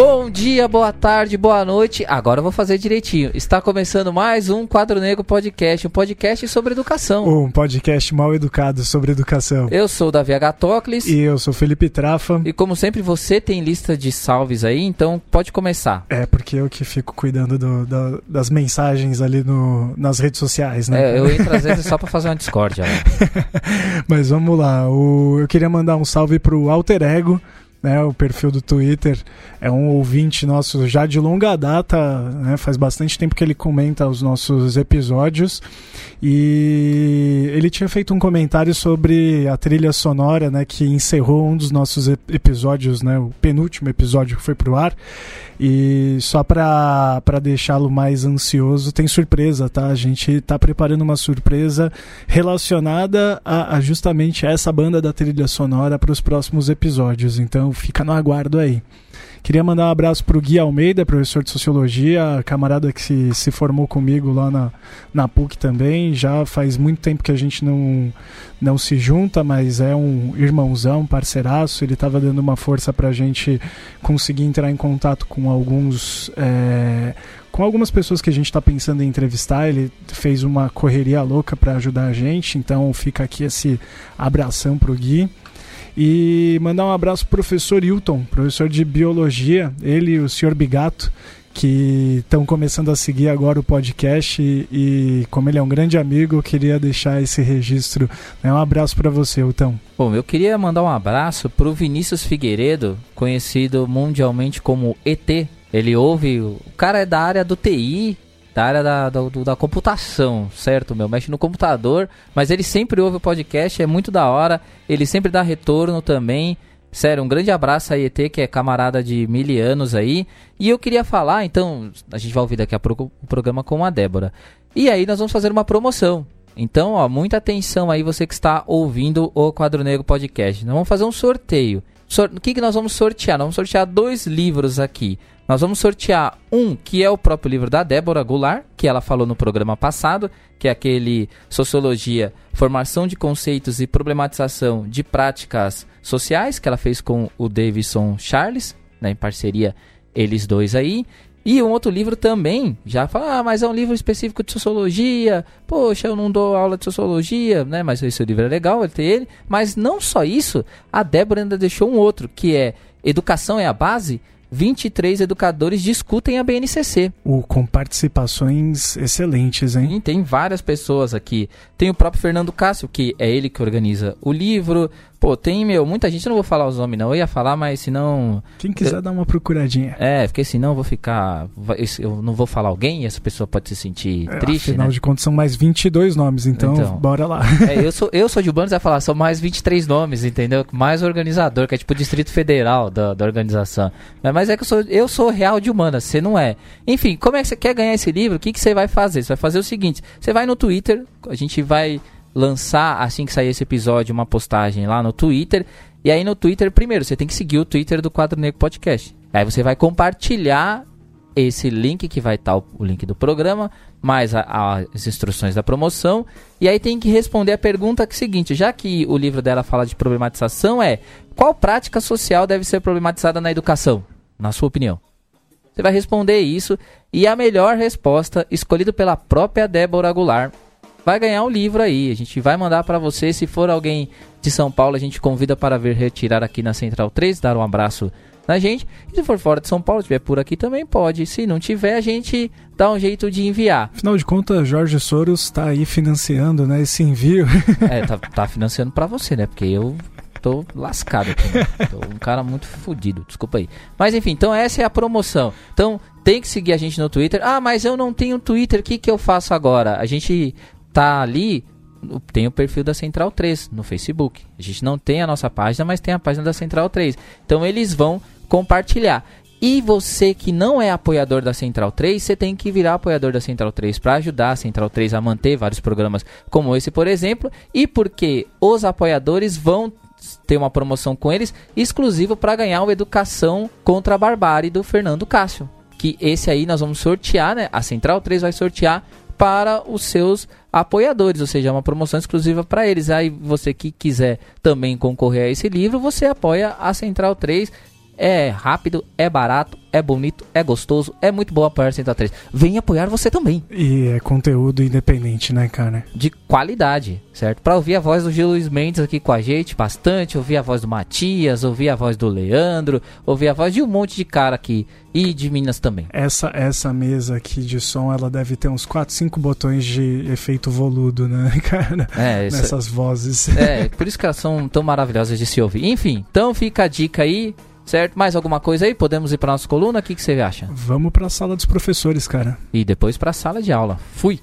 Bom dia, boa tarde, boa noite. Agora eu vou fazer direitinho. Está começando mais um Quadro Negro Podcast, um podcast sobre educação. Um podcast mal educado sobre educação. Eu sou o Davi Agatóclis. E eu sou o Felipe Trafa. E como sempre você tem lista de salves aí, então pode começar. É, porque eu que fico cuidando das mensagens ali nas redes sociais, né? É, eu entro às vezes só pra fazer uma discórdia. Mas vamos lá, eu queria mandar um salve pro Alter Ego, né, o perfil do Twitter. É um ouvinte nosso já de longa data, né, faz bastante tempo que ele comenta os nossos episódios, e ele tinha feito um comentário sobre a trilha sonora, né, que encerrou um dos nossos episódios, né, o penúltimo episódio que foi pro ar. E só para deixá-lo mais ansioso, tem surpresa, tá? A gente tá preparando uma surpresa relacionada a justamente essa banda da trilha sonora para os próximos episódios. Então fica no aguardo aí. Queria mandar um abraço pro Gui Almeida, professor de Sociologia, camarada que se formou comigo lá na PUC também. Já faz muito tempo que a gente não se junta, mas é um irmãozão, parceiraço. Ele estava dando uma força pra gente conseguir entrar em contato com algumas pessoas que a gente está pensando em entrevistar. Ele fez uma correria louca para ajudar a gente, então fica aqui esse abração pro Gui. E mandar um abraço pro professor Hilton, professor de Biologia, ele e o senhor Bigato, que estão começando a seguir agora o podcast, e como ele é um grande amigo, eu queria deixar esse registro, né? Um abraço para você, Hilton. Bom, eu queria mandar um abraço pro Vinícius Figueiredo, conhecido mundialmente como ET. Ele ouve, o cara é da área do TI, da área da computação, certo, mexe no computador, mas ele sempre ouve o podcast, é muito da hora, ele sempre dá retorno também. Sério, um grande abraço aí, ET, que é camarada de 1000 anos aí. E eu queria falar, então, a gente vai ouvir daqui a pouco o programa com a Débora. E aí nós vamos fazer uma promoção. Então, ó, muita atenção aí, você que está ouvindo o Quadro Negro Podcast. Nós vamos fazer um sorteio. O que nós vamos sortear? Nós vamos sortear 2 livros aqui. Nós vamos sortear um que é o próprio livro da Débora Goulart, que ela falou no programa passado, que é aquele Sociologia, Formação de Conceitos e Problematização de Práticas Sociais, que ela fez com o Davidson Charles, né, em parceria eles dois aí. E um outro livro também, já fala, mas é um livro específico de Sociologia, poxa, eu não dou aula de Sociologia, né, mas esse livro é legal, ele tem ele. Mas não só isso, a Débora ainda deixou um outro, que é Educação é a Base, 23 educadores discutem a BNCC. Com participações excelentes, hein? E tem várias pessoas aqui. Tem o próprio Fernando Cássio, que é ele que organiza o livro. Pô, tem, muita gente, eu não vou falar os nomes não, eu ia falar, mas senão... Quem quiser dar uma procuradinha. Porque senão eu não vou falar alguém e essa pessoa pode se sentir triste, afinal, né? De contas são mais 22 nomes, então bora lá. Eu sou de humanos, vai falar, são mais 23 nomes, entendeu? Mais organizador, que é tipo o Distrito Federal da organização. Mas é que eu sou real de humanas, você não é. Enfim, como é que você quer ganhar esse livro? O que você vai fazer? Você vai fazer o seguinte, você vai no Twitter, a gente vai lançar, assim que sair esse episódio, uma postagem lá no Twitter. E aí no Twitter, primeiro, você tem que seguir o Twitter do Quadro Negro Podcast. Aí você vai compartilhar esse link, que vai estar o link do programa, mais as instruções da promoção. E aí tem que responder a pergunta que é a seguinte, já que o livro dela fala de problematização, qual prática social deve ser problematizada na educação, na sua opinião? Você vai responder isso, e a melhor resposta, escolhida pela própria Débora Goulart, vai ganhar um livro aí. A gente vai mandar para você. Se for alguém de São Paulo, a gente convida para vir retirar aqui na Central 3, dar um abraço na gente. E se for fora de São Paulo, estiver por aqui também pode. Se não tiver, a gente dá um jeito de enviar. Afinal de contas, Jorge Soros está aí financiando, né, esse envio. Tá financiando para você, né? Porque eu tô lascado aqui, né? Tô um cara muito fodido, desculpa aí. Mas enfim, então essa é a promoção. Então tem que seguir a gente no Twitter. Mas eu não tenho Twitter, o que eu faço agora? A gente tá ali, tem o perfil da Central 3 no Facebook. A gente não tem a nossa página, mas tem a página da Central 3. Então eles vão compartilhar. E você que não é apoiador da Central 3, você tem que virar apoiador da Central 3 para ajudar a Central 3 a manter vários programas como esse, por exemplo. E porque os apoiadores vão ter uma promoção com eles exclusivo para ganhar o Educação contra a Barbárie do Fernando Cássio. Que esse aí nós vamos sortear, né? A Central 3 vai sortear para os seus apoiadores, ou seja, é uma promoção exclusiva para eles. Aí você que quiser também concorrer a esse livro, você apoia a Central 3 É rápido, é barato, é bonito, é gostoso, é muito bom apoiar 103. Vem apoiar você também. E é conteúdo independente, né, cara? De qualidade, certo? Pra ouvir a voz do Gil Luiz Mendes aqui com a gente bastante, ouvir a voz do Matias, ouvir a voz do Leandro, ouvir a voz de um monte de cara aqui e de Minas também. Essa mesa aqui de som, ela deve ter uns 4, 5 botões de efeito voludo, né, cara? Nessas vozes. Por isso que elas são tão maravilhosas de se ouvir. Enfim, então fica a dica aí, certo? Mais alguma coisa aí? Podemos ir pra nossa coluna? O que você acha? Vamos pra sala dos professores, cara. E depois pra sala de aula. Fui!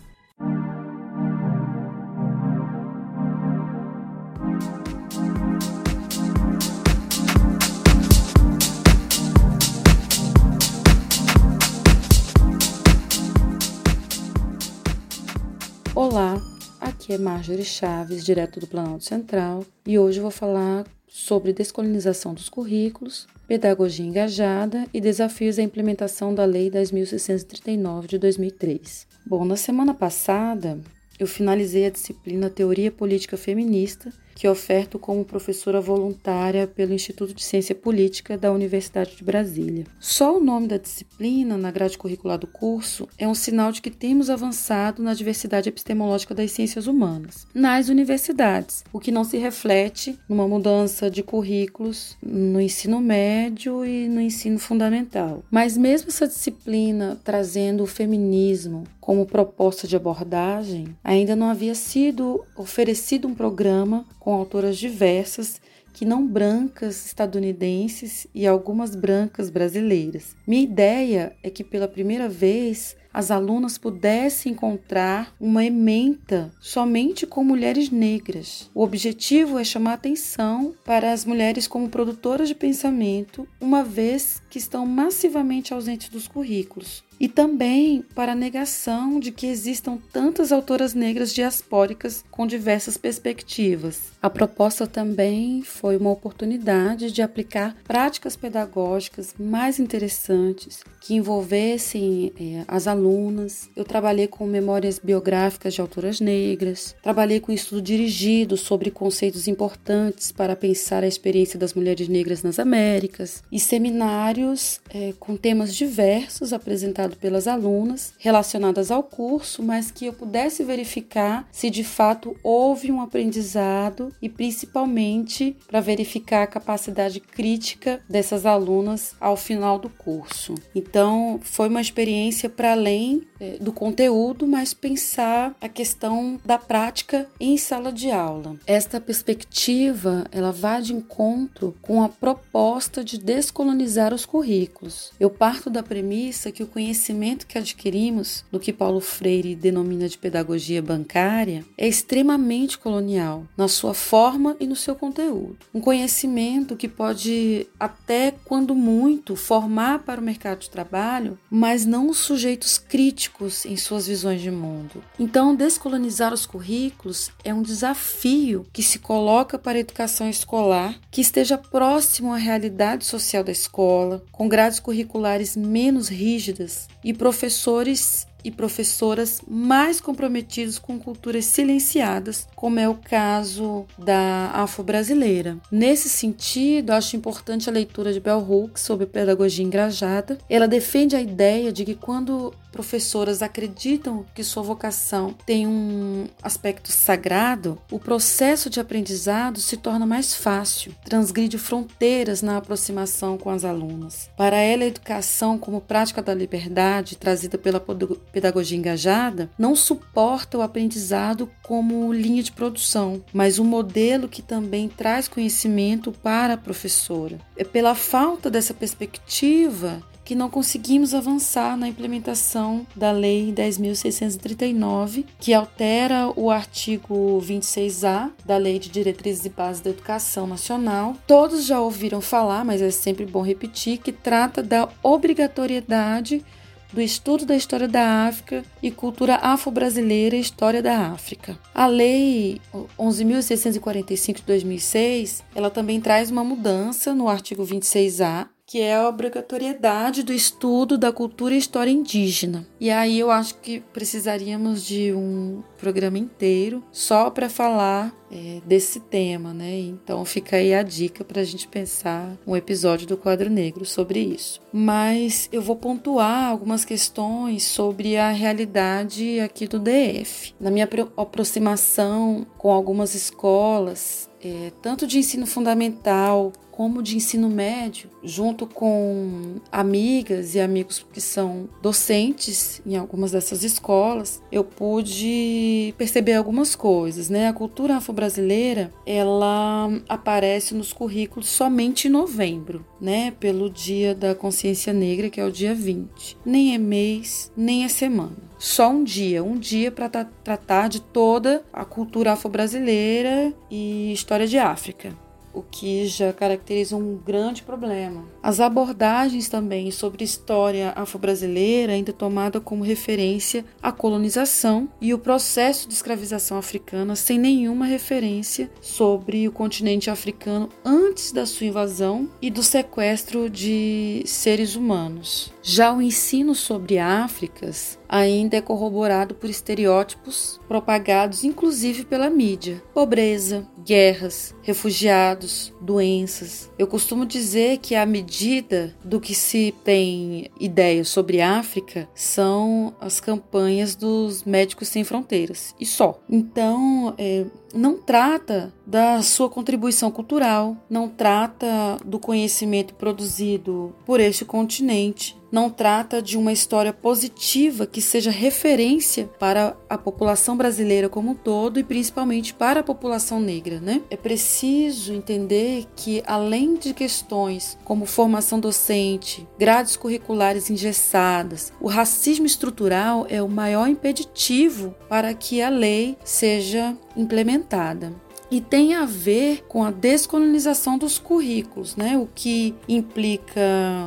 Olá, aqui é Marjorie Chaves, direto do Planalto Central, e hoje eu vou falar sobre descolonização dos currículos, pedagogia engajada e desafios à implementação da Lei 10.639 de 2003. Bom, na semana passada eu finalizei a disciplina Teoria Política Feminista, que oferto como professora voluntária pelo Instituto de Ciência Política da Universidade de Brasília. Só o nome da disciplina na grade curricular do curso é um sinal de que temos avançado na diversidade epistemológica das ciências humanas nas universidades, o que não se reflete numa mudança de currículos no ensino médio e no ensino fundamental. Mas mesmo essa disciplina trazendo o feminismo como proposta de abordagem, ainda não havia sido oferecido um programa com autoras diversas, que não brancas estadunidenses e algumas brancas brasileiras. Minha ideia é que pela primeira vez as alunas pudessem encontrar uma ementa somente com mulheres negras. O objetivo é chamar atenção para as mulheres como produtoras de pensamento, uma vez que estão massivamente ausentes dos currículos. E também para a negação de que existam tantas autoras negras diaspóricas com diversas perspectivas. A proposta também foi uma oportunidade de aplicar práticas pedagógicas mais interessantes que envolvessem as alunas. Eu trabalhei com memórias biográficas de autoras negras, trabalhei com estudo dirigido sobre conceitos importantes para pensar a experiência das mulheres negras nas Américas e seminários com temas diversos apresentados pelas alunas relacionadas ao curso, mas que eu pudesse verificar se de fato houve um aprendizado e principalmente para verificar a capacidade crítica dessas alunas ao final do curso. Então foi uma experiência para além do conteúdo, mas pensar a questão da prática em sala de aula. Esta perspectiva, ela vai de encontro com a proposta de descolonizar os currículos. Eu parto da premissa que o conhecimento que adquirimos do que Paulo Freire denomina de pedagogia bancária é extremamente colonial, na sua forma e no seu conteúdo. Um conhecimento que pode até, quando muito, formar para o mercado de trabalho, mas não os sujeitos críticos em suas visões de mundo. Então, descolonizar os currículos é um desafio que se coloca para a educação escolar, que esteja próximo à realidade social da escola, com grades curriculares menos rígidas e professores e professoras mais comprometidos com culturas silenciadas, como é o caso da afro-brasileira. Nesse sentido, acho importante a leitura de Bell Hooks sobre pedagogia engajada. Ela defende a ideia de que quando professoras acreditam que sua vocação tem um aspecto sagrado, o processo de aprendizado se torna mais fácil, transgride fronteiras na aproximação com as alunas. Para ela, a educação como prática da liberdade, trazida pela pedagogia engajada, não suporta o aprendizado como linha de produção, mas um modelo que também traz conhecimento para a professora. É pela falta dessa perspectiva que não conseguimos avançar na implementação da Lei 10.639, que altera o artigo 26A da Lei de Diretrizes e Bases da Educação Nacional. Todos já ouviram falar, mas é sempre bom repetir, que trata da obrigatoriedade do estudo da história da África e cultura afro-brasileira e história da África. A Lei 11.645 de 2006, ela também traz uma mudança no artigo 26A, que é a obrigatoriedade do estudo da cultura e história indígena. E aí eu acho que precisaríamos de um programa inteiro só para falar desse tema, né? Então fica aí a dica para a gente pensar um episódio do Quadro Negro sobre isso. Mas eu vou pontuar algumas questões sobre a realidade aqui do DF. Na minha aproximação com algumas escolas, tanto de ensino fundamental como de ensino médio, junto com amigas e amigos que são docentes em algumas dessas escolas, eu pude perceber algumas coisas, né? A cultura afro-brasileira, ela aparece nos currículos somente em novembro, né? Pelo Dia da Consciência Negra, que é o dia 20. Nem é mês, nem é semana. Só um dia para tratar de toda a cultura afro-brasileira e história de África, o que já caracteriza um grande problema. As abordagens também sobre história afro-brasileira ainda tomada como referência à colonização e o processo de escravização africana, sem nenhuma referência sobre o continente africano antes da sua invasão e do sequestro de seres humanos. Já o ensino sobre Áfricas ainda é corroborado por estereótipos propagados inclusive pela mídia. Pobreza, guerras, refugiados, doenças. Eu costumo dizer que à medida do que se tem ideia sobre África são as campanhas dos Médicos Sem Fronteiras e só. Então, não trata da sua contribuição cultural, não trata do conhecimento produzido por este continente, não trata de uma história positiva que seja referência para a população brasileira como um todo e principalmente para a população negra, né? É preciso entender que, além de questões como formação docente, grades curriculares engessadas, o racismo estrutural é o maior impeditivo para que a lei seja implementada. E tem a ver com a descolonização dos currículos, né? O que implica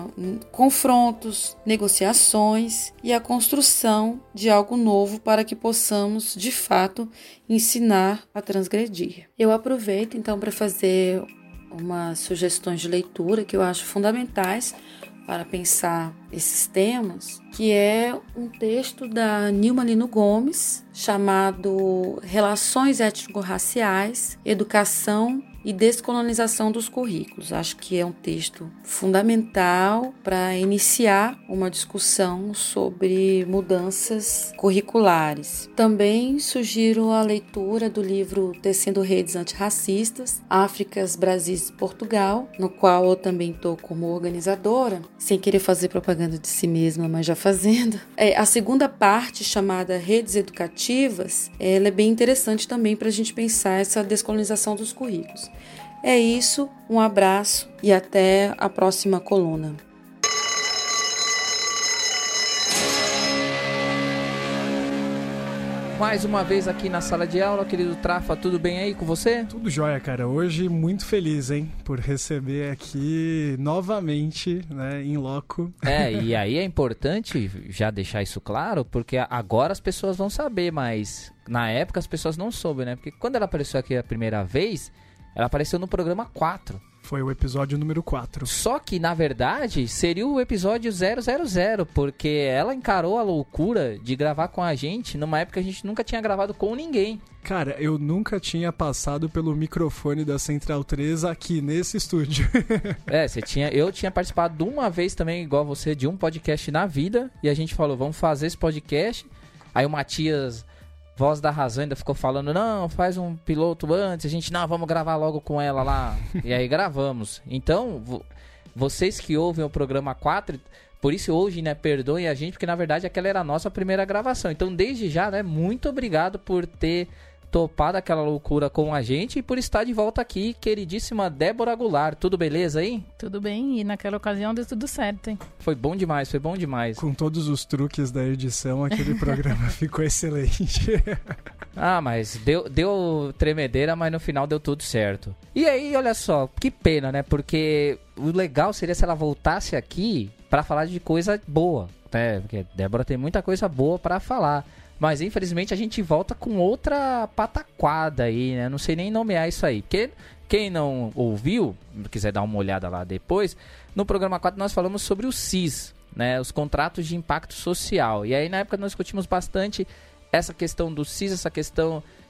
confrontos, negociações e a construção de algo novo para que possamos, de fato, ensinar a transgredir. Eu aproveito, então, para fazer umas sugestões de leitura que eu acho fundamentais para pensar esses temas, que é um texto da Nilma Lino Gomes, chamado Relações Étnico-Raciais, Educação e Descolonização dos Currículos. Acho que é um texto fundamental para iniciar uma discussão sobre mudanças curriculares. Também sugiro a leitura do livro Tecendo Redes Antirracistas, Áfricas, Brasis e Portugal, no qual eu também estou como organizadora, sem querer fazer propaganda de si mesma, mas já fazendo. A segunda parte, chamada Redes Educativas, ela é bem interessante também para a gente pensar essa descolonização dos currículos. É isso, um abraço e até a próxima coluna. Mais uma vez aqui na sala de aula, querido Trafa, tudo bem aí com você? Tudo jóia, cara. Hoje muito feliz, hein, por receber aqui novamente, né, in loco. E aí é importante já deixar isso claro, porque agora as pessoas vão saber, mas na época as pessoas não soube, né? Porque quando ela apareceu aqui a primeira vez, ela apareceu no programa 4. Foi o episódio número 4. Só que, na verdade, seria o episódio 000, porque ela encarou a loucura de gravar com a gente numa época que a gente nunca tinha gravado com ninguém. Cara, eu nunca tinha passado pelo microfone da Central 3 aqui nesse estúdio. Eu tinha participado de uma vez também, igual você, de um podcast na vida, e a gente falou, vamos fazer esse podcast. Aí o Matias, Voz da Razão, ainda ficou falando, não, faz um piloto antes, a gente, não, vamos gravar logo com ela lá. E aí gravamos. Então, vocês que ouvem o programa 4, por isso hoje, né, perdoem a gente, porque na verdade aquela era a nossa primeira gravação. Então, desde já, né, muito obrigado por ter topado aquela loucura com a gente e por estar de volta aqui, queridíssima Débora Goulart. Tudo beleza aí? Tudo bem, e naquela ocasião deu tudo certo, hein? Foi bom demais, foi bom demais. Com todos os truques da edição, aquele programa ficou excelente. Mas deu tremedeira, mas no final deu tudo certo. E aí, olha só, que pena, né? Porque o legal seria se ela voltasse aqui pra falar de coisa boa, né? Porque Débora tem muita coisa boa pra falar. Mas infelizmente a gente volta com outra pataquada aí, né? Não sei nem nomear isso aí. Porque quem não ouviu, quiser dar uma olhada lá depois, no programa 4 nós falamos sobre o CIS, né? Os contratos de impacto social. E aí na época nós discutimos bastante essa questão do CIS, essa questão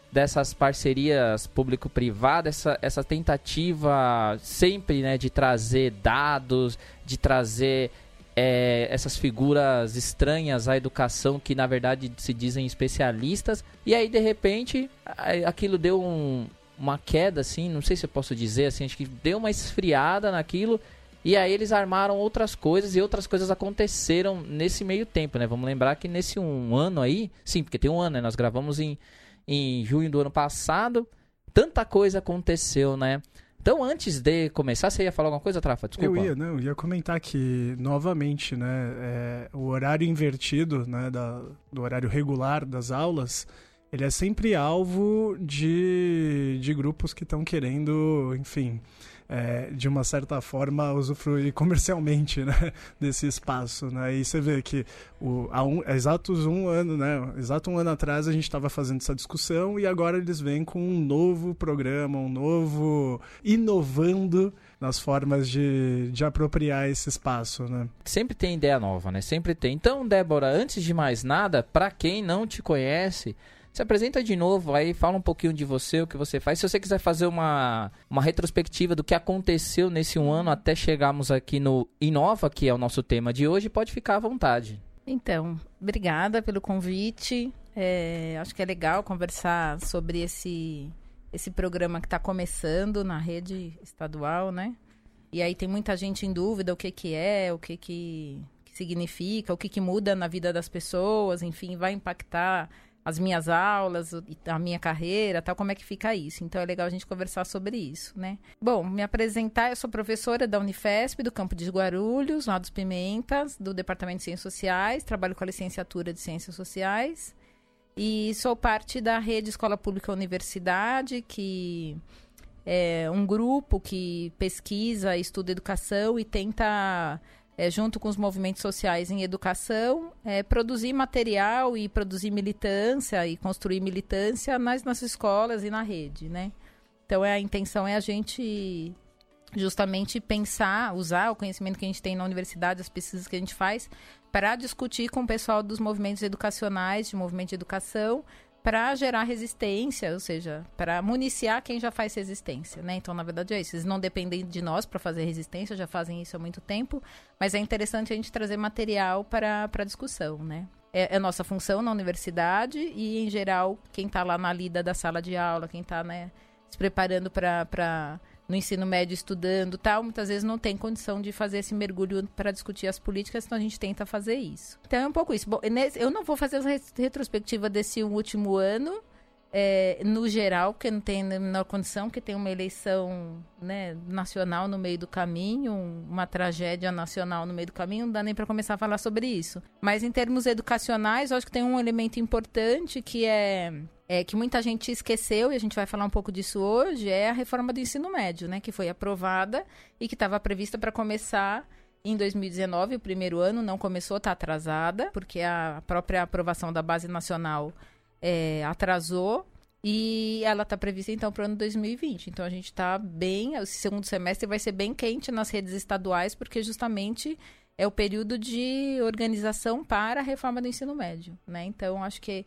dessas parcerias público-privadas, essa tentativa sempre, né, de trazer dados, de trazer essas figuras estranhas à educação que na verdade se dizem especialistas, e aí de repente aquilo deu uma queda, assim, não sei se eu posso dizer assim, acho que deu uma esfriada naquilo, e aí eles armaram outras coisas e outras coisas aconteceram nesse meio tempo, né? Vamos lembrar que nesse um ano aí, sim, porque tem um ano, né? Nós gravamos em junho do ano passado, tanta coisa aconteceu, né? Então, antes de começar, você ia falar alguma coisa, Trafa? Desculpa. Eu ia comentar que, novamente, né, o horário invertido, né, do horário regular das aulas, ele é sempre alvo de grupos que estão querendo, enfim, de uma certa forma usufruir comercialmente, né, desse espaço, né? E você vê que exato um ano atrás a gente estava fazendo essa discussão, e agora eles vêm com um novo programa, inovando nas formas de apropriar esse espaço, né? Sempre tem ideia nova, né? Sempre tem. Então, Débora, antes de mais nada, para quem não te conhece, se apresenta de novo aí, fala um pouquinho de você, o que você faz. Se você quiser fazer uma retrospectiva do que aconteceu nesse um ano até chegarmos aqui no Inova, que é o nosso tema de hoje, pode ficar à vontade. Então, obrigada pelo convite. Acho que é legal conversar sobre esse programa que está começando na rede estadual, né? E aí tem muita gente em dúvida o que é, o que significa, o que muda na vida das pessoas, enfim, vai impactar as minhas aulas, a minha carreira, tal, como é que fica isso? Então é legal a gente conversar sobre isso, né? Bom, me apresentar, eu sou professora da Unifesp, do Campo de Guarulhos, lá dos Pimentas, do Departamento de Ciências Sociais, trabalho com a licenciatura de Ciências Sociais, e sou parte da Rede Escola Pública Universidade, que é um grupo que pesquisa, estuda educação e tenta, junto com os movimentos sociais em educação, produzir material e produzir militância e construir militância nas nossas escolas e na rede, né? Então a intenção é a gente justamente pensar, usar o conhecimento que a gente tem na universidade, as pesquisas que a gente faz, para discutir com o pessoal dos movimentos educacionais, de movimento de educação, para gerar resistência, ou seja, para municiar quem já faz resistência, né? Então, na verdade, é isso. Eles não dependem de nós para fazer resistência, já fazem isso há muito tempo, mas é interessante a gente trazer material para a discussão, né? É nossa função na universidade e, em geral, quem está lá na lida da sala de aula, quem está, né, se preparando no ensino médio, estudando, tal, muitas vezes não tem condição de fazer esse mergulho para discutir as políticas, então a gente tenta fazer isso. Então é um pouco isso. Bom, eu não vou fazer a retrospectiva desse último ano, no geral, porque não tem a menor condição, que tem uma eleição, né, nacional no meio do caminho, uma tragédia nacional no meio do caminho, não dá nem para começar a falar sobre isso. Mas em termos educacionais, eu acho que tem um elemento importante que que muita gente esqueceu, e a gente vai falar um pouco disso hoje, é a reforma do ensino médio, né, que foi aprovada e que estava prevista para começar em 2019, o primeiro ano, não começou, está atrasada, porque a própria aprovação da base nacional atrasou, e ela está prevista então para o ano 2020. Então a gente está bem, o segundo semestre vai ser bem quente nas redes estaduais, porque justamente é o período de organização para a reforma do ensino médio, né? Então acho que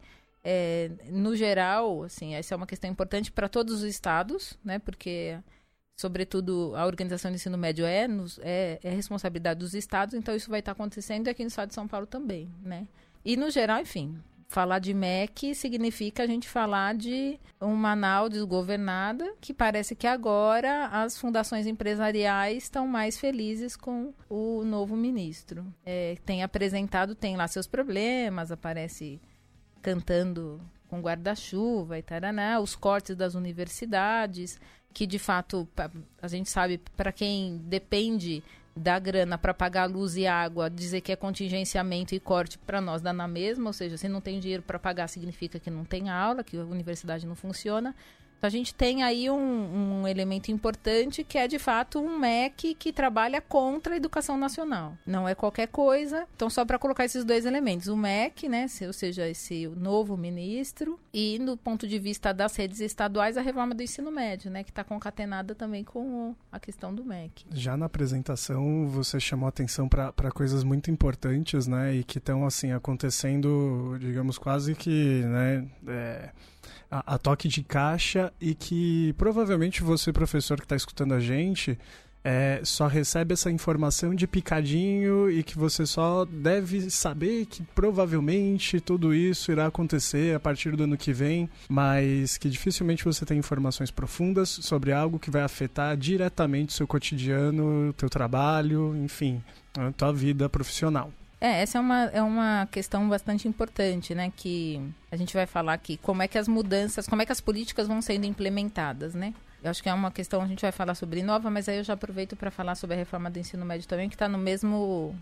no geral, assim, essa é uma questão importante para todos os estados, né? Porque, sobretudo, a organização do ensino médio é responsabilidade dos estados, então isso vai estar acontecendo aqui no estado de São Paulo também, né? E, no geral, enfim, falar de MEC significa a gente falar de uma Manaus desgovernada, que parece que agora as fundações empresariais estão mais felizes com o novo ministro. Tem lá seus problemas, aparece cantando com guarda-chuva e taraná, os cortes das universidades, que de fato, a gente sabe, para quem depende da grana para pagar luz e água, dizer que é contingenciamento e corte, para nós dá na mesma, ou seja, se não tem dinheiro para pagar, significa que não tem aula, que a universidade não funciona. Então a gente tem aí um elemento importante, que é de fato um MEC que trabalha contra a educação nacional. Não é qualquer coisa. Então, só para colocar esses dois elementos, o MEC, né, ou seja, esse novo ministro, e no ponto de vista das redes estaduais, a reforma do ensino médio, né, que está concatenada também com a questão do MEC. Já na apresentação você chamou atenção para coisas muito importantes, né, e que estão assim acontecendo, digamos, quase que, né, a toque de caixa e que provavelmente você, professor que está escutando a gente, só recebe essa informação de picadinho e que você só deve saber que provavelmente tudo isso irá acontecer a partir do ano que vem, mas que dificilmente você tem informações profundas sobre algo que vai afetar diretamente o seu cotidiano, o teu trabalho, enfim, a tua vida profissional. Essa é uma questão bastante importante, né? Que a gente vai falar aqui, como é que as mudanças, como é que as políticas vão sendo implementadas, né? Eu acho que é uma questão, a gente vai falar sobre Inova, mas aí eu já aproveito para falar sobre a reforma do ensino médio também, que está no mesmo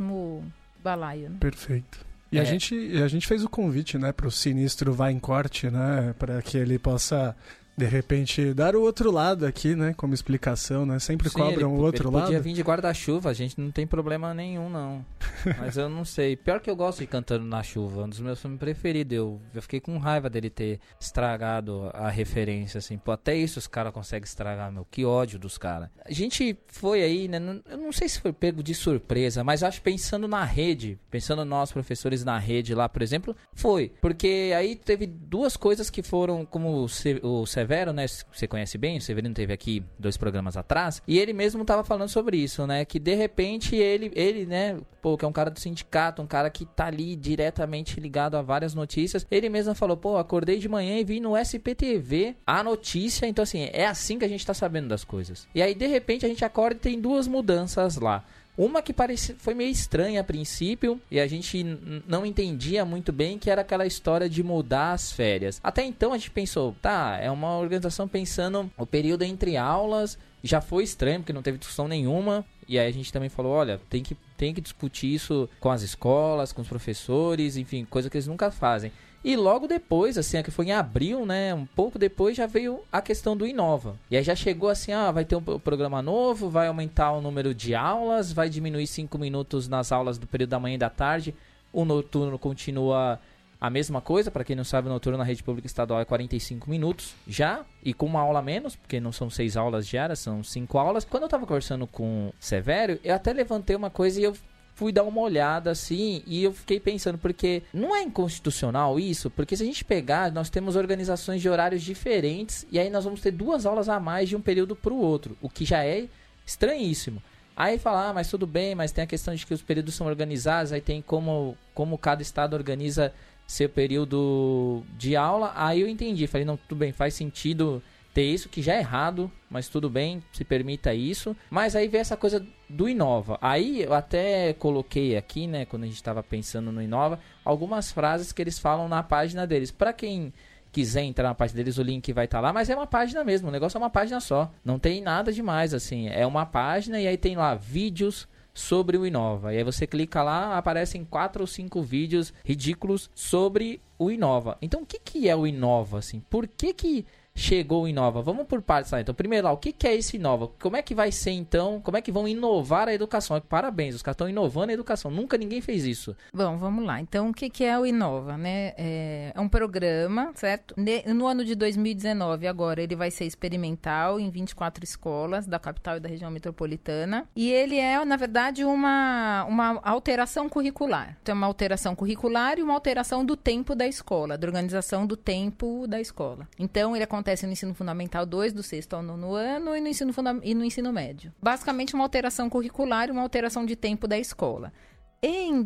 balaio, né? Perfeito. E a gente fez o convite, né, para o Sinistro Vai em Corte, né, para que ele possa, de repente, dar o outro lado aqui, né, como explicação, né, sempre cobram o outro lado. Podia vir de guarda-chuva, a gente não tem problema nenhum, não. Mas eu não sei, pior que eu gosto de Cantando na Chuva, um dos meus filmes preferidos, eu fiquei com raiva dele ter estragado a referência, assim, pô, até isso os caras conseguem estragar, meu, que ódio dos caras. A gente foi aí, né, eu não sei se foi pego de surpresa, mas eu acho pensando na rede, pensando nós professores na rede lá, por exemplo, foi, porque aí teve duas coisas que foram, como o Severo, né, você conhece bem, o Severino teve aqui 2 programas atrás, e ele mesmo tava falando sobre isso, né, que de repente ele, né, pô, que é um cara do sindicato, um cara que tá ali diretamente ligado a várias notícias, ele mesmo falou, pô, acordei de manhã e vi no SPTV a notícia, então assim, é assim que a gente tá sabendo das coisas. E aí de repente a gente acorda e tem 2 mudanças lá. Uma que foi meio estranha a princípio e a gente não entendia muito bem, que era aquela história de mudar as férias. Até então a gente pensou, tá, é uma organização pensando o período entre aulas, já foi estranho porque não teve discussão nenhuma. E aí a gente também falou, olha, tem que discutir isso com as escolas, com os professores, enfim, coisa que eles nunca fazem. E logo depois, assim, que foi em abril, né, um pouco depois já veio a questão do Inova. E aí já chegou assim, vai ter um programa novo, vai aumentar o número de aulas, vai diminuir 5 minutos nas aulas do período da manhã e da tarde. O noturno continua a mesma coisa, para quem não sabe, o noturno na rede pública estadual é 45 minutos já, e com uma aula a menos, porque não são 6 aulas diárias, são 5 aulas. Quando eu tava conversando com o Severo, eu até levantei uma coisa e eu fui dar uma olhada assim, e eu fiquei pensando, porque não é inconstitucional isso? Porque se a gente pegar, nós temos organizações de horários diferentes, e aí nós vamos ter 2 aulas a mais de um período para o outro, o que já é estranhíssimo. Aí fala, mas tudo bem, mas tem a questão de que os períodos são organizados, aí tem como cada estado organiza seu período de aula. Aí eu entendi, falei, não, tudo bem, faz sentido ter isso, que já é errado, mas tudo bem, se permita isso. Mas aí vem essa coisa do Inova. Aí eu até coloquei aqui, né, quando a gente estava pensando no Inova, algumas frases que eles falam na página deles. Para quem quiser entrar na página deles, o link vai estar lá, mas é uma página mesmo, o negócio é uma página só. Não tem nada demais, assim, é uma página e aí tem lá vídeos sobre o Inova. E aí você clica lá, aparecem 4 ou 5 vídeos ridículos sobre o Inova. Então o que é o Inova, assim? Por que chegou o Inova? Vamos por partes lá. Então, primeiro lá, o que é esse Inova? Como é que vai ser então? Como é que vão inovar a educação? Parabéns, os caras estão inovando a educação. Nunca ninguém fez isso. Bom, vamos lá. Então, o que é o Inova, né? É um programa, certo? No ano de 2019, agora, ele vai ser experimental em 24 escolas da capital e da região metropolitana. E ele é, na verdade, uma alteração curricular. Então, é uma alteração curricular e uma alteração do tempo da escola, da organização do tempo da escola. Então, ele acontece no ensino fundamental 2, do 6º ao 9º ano, e no ensino médio. Basicamente, uma alteração curricular e uma alteração de tempo da escola. Em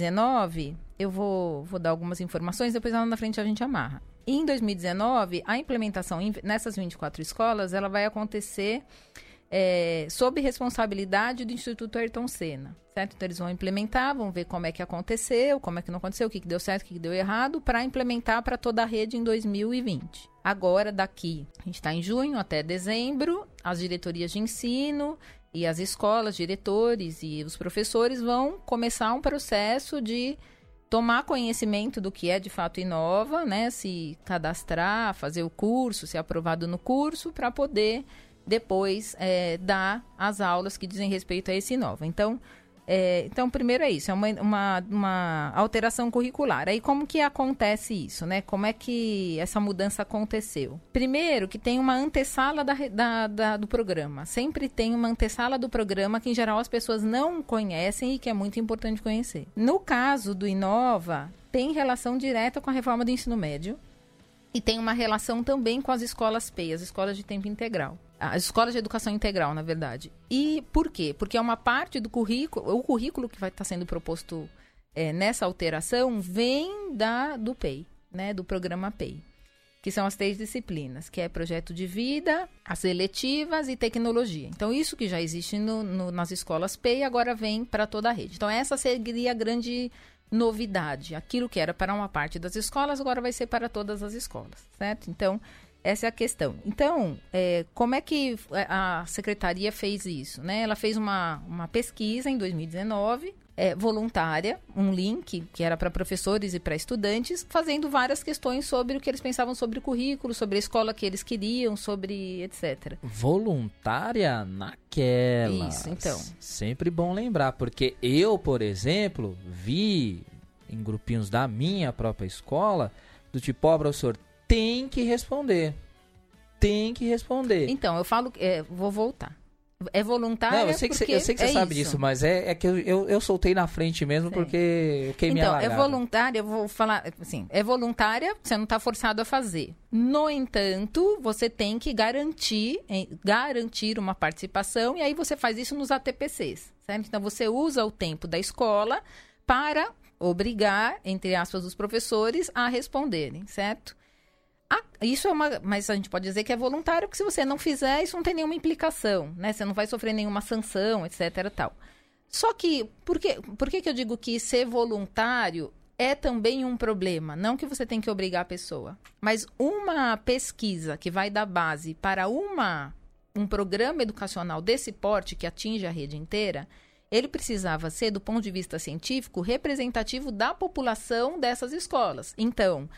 2019, eu vou dar algumas informações, depois lá na frente a gente amarra. Em 2019, a implementação nessas 24 escolas, ela vai acontecer sob responsabilidade do Instituto Ayrton Senna, certo? Então eles vão implementar, vão ver como é que aconteceu, como é que não aconteceu, o que deu certo, o que deu errado, para implementar para toda a rede em 2020. Agora, daqui, a gente está em junho até dezembro, as diretorias de ensino e as escolas, diretores e os professores vão começar um processo de tomar conhecimento do que é de fato Inova, né? Se cadastrar, fazer o curso, ser aprovado no curso, para poder depois dar as aulas que dizem respeito a esse Inova. Então, primeiro é isso, é uma alteração curricular. Aí como que acontece isso, né? Como é que essa mudança aconteceu? Primeiro, que tem uma antessala do programa. Sempre tem uma antessala do programa que, em geral, as pessoas não conhecem e que é muito importante conhecer. No caso do Inova, tem relação direta com a reforma do ensino médio E tem uma relação também com as escolas PEI, as escolas de tempo integral. As escolas de educação integral, na verdade. E por quê? Porque é uma parte do currículo, o currículo que vai estar sendo proposto nessa alteração vem do PEI, né, do programa PEI, que são as 3 disciplinas, que é projeto de vida, as eletivas e tecnologia. Então, isso que já existe nas escolas PEI, agora vem para toda a rede. Então, essa seria a grande novidade. Aquilo que era para uma parte das escolas, agora vai ser para todas as escolas, certo? Então, essa é a questão. Então, como é que a secretaria fez isso, né? Ela fez uma pesquisa em 2019, voluntária, um link que era para professores e para estudantes, fazendo várias questões sobre o que eles pensavam sobre o currículo, sobre a escola que eles queriam, sobre etc. Voluntária naquelas. Isso, então. Sempre bom lembrar, porque eu, por exemplo, vi em grupinhos da minha própria escola, do tipo, professor, tem que responder. Tem que responder. Então, eu falo, vou voltar. É voluntária. Não, eu sei que você sabe disso, mas é que eu soltei na frente mesmo. Sim. Porque eu queimei a largada. É voluntária, eu vou falar assim, é voluntária, você não está forçado a fazer. No entanto, você tem que garantir uma participação, e aí você faz isso nos ATPCs, certo? Então, você usa o tempo da escola para obrigar, entre aspas, os professores a responderem, certo? Isso mas a gente pode dizer que é voluntário, porque se você não fizer, isso não tem nenhuma implicação, né? Você não vai sofrer nenhuma sanção, etc. tal. Só que, por que eu digo que ser voluntário é também um problema? Não que você tem que obrigar a pessoa, mas uma pesquisa que vai dar base para um programa educacional desse porte, que atinge a rede inteira, ele precisava ser, do ponto de vista científico, representativo da população dessas escolas. Então,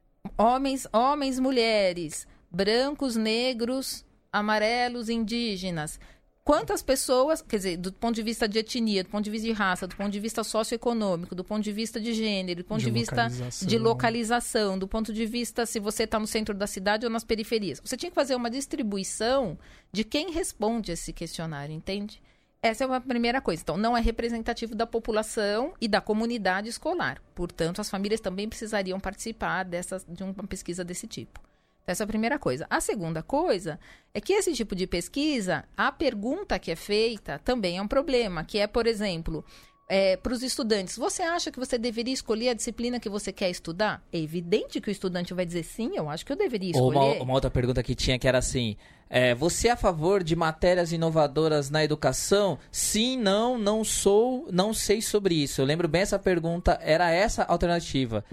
homens, mulheres, brancos, negros, amarelos, indígenas. Quantas pessoas, quer dizer, do ponto de vista de etnia, do ponto de vista de raça, do ponto de vista socioeconômico, do ponto de vista de gênero, do ponto de vista de localização, do ponto de vista se você está no centro da cidade ou nas periferias. Você tinha que fazer uma distribuição de quem responde esse questionário, entende? Essa é uma primeira coisa. Então, não é representativo da população e da comunidade escolar. Portanto, as famílias também precisariam participar de uma pesquisa desse tipo. Essa é a primeira coisa. A segunda coisa é que esse tipo de pesquisa, a pergunta que é feita também é um problema, que é, por exemplo, para os estudantes, você acha que você deveria escolher a disciplina que você quer estudar? É evidente que o estudante vai dizer sim, eu acho que eu deveria escolher. Uma outra pergunta que tinha que era assim, você é a favor de matérias inovadoras na educação? Sim, não sou, não sei sobre isso. Eu lembro bem essa pergunta, era essa a alternativa.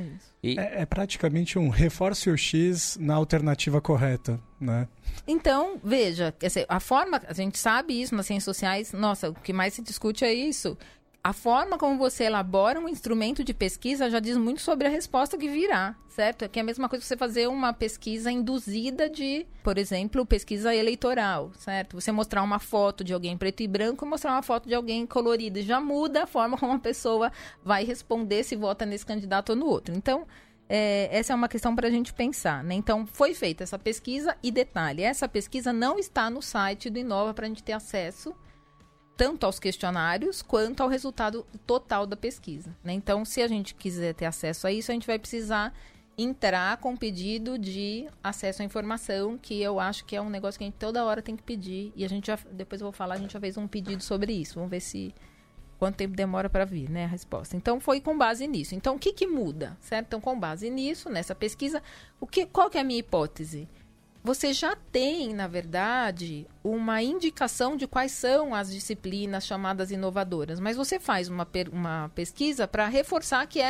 É praticamente um reforce o X na alternativa correta, né? Então, veja, a forma, a gente sabe isso nas ciências sociais, nossa, o que mais se discute é isso. A forma como você elabora um instrumento de pesquisa já diz muito sobre a resposta que virá, certo? É que é a mesma coisa que você fazer uma pesquisa induzida de, por exemplo, pesquisa eleitoral, certo? Você mostrar uma foto de alguém preto e branco e mostrar uma foto de alguém colorida. Já muda a forma como a pessoa vai responder se vota nesse candidato ou no outro. Então, essa é uma questão para a gente pensar, né? Então, foi feita essa pesquisa e, detalhe, essa pesquisa não está no site do Inova para a gente ter acesso tanto aos questionários quanto ao resultado total da pesquisa, né? Então, se a gente quiser ter acesso a isso, a gente vai precisar entrar com pedido de acesso à informação, que eu acho que é um negócio que a gente toda hora tem que pedir. E a gente já, depois eu vou falar, a gente já fez um pedido sobre isso. Vamos ver quanto tempo demora para vir, né, a resposta. Então, foi com base nisso. Então, o que muda, certo? Então, com base nisso, nessa pesquisa, qual que é a minha hipótese? Você já tem, na verdade, uma indicação de quais são as disciplinas chamadas inovadoras, mas você faz uma pesquisa para reforçar que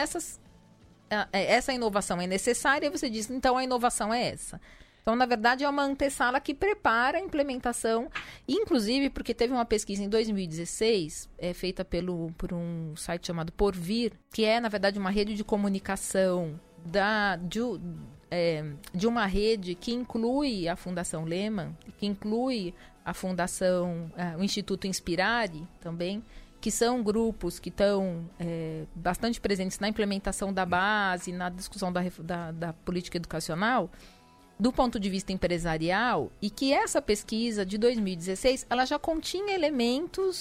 essa inovação é necessária e você diz, então a inovação é essa. Então, na verdade, é uma antessala que prepara a implementação, inclusive porque teve uma pesquisa em 2016, feita por um site chamado Porvir, que é, na verdade, uma rede de comunicação de uma rede que inclui a Fundação Lehman, que inclui a Fundação, o Instituto Inspirare também, que são grupos que estão bastante presentes na implementação da base, na discussão da política educacional, do ponto de vista empresarial, e que essa pesquisa de 2016, ela já continha elementos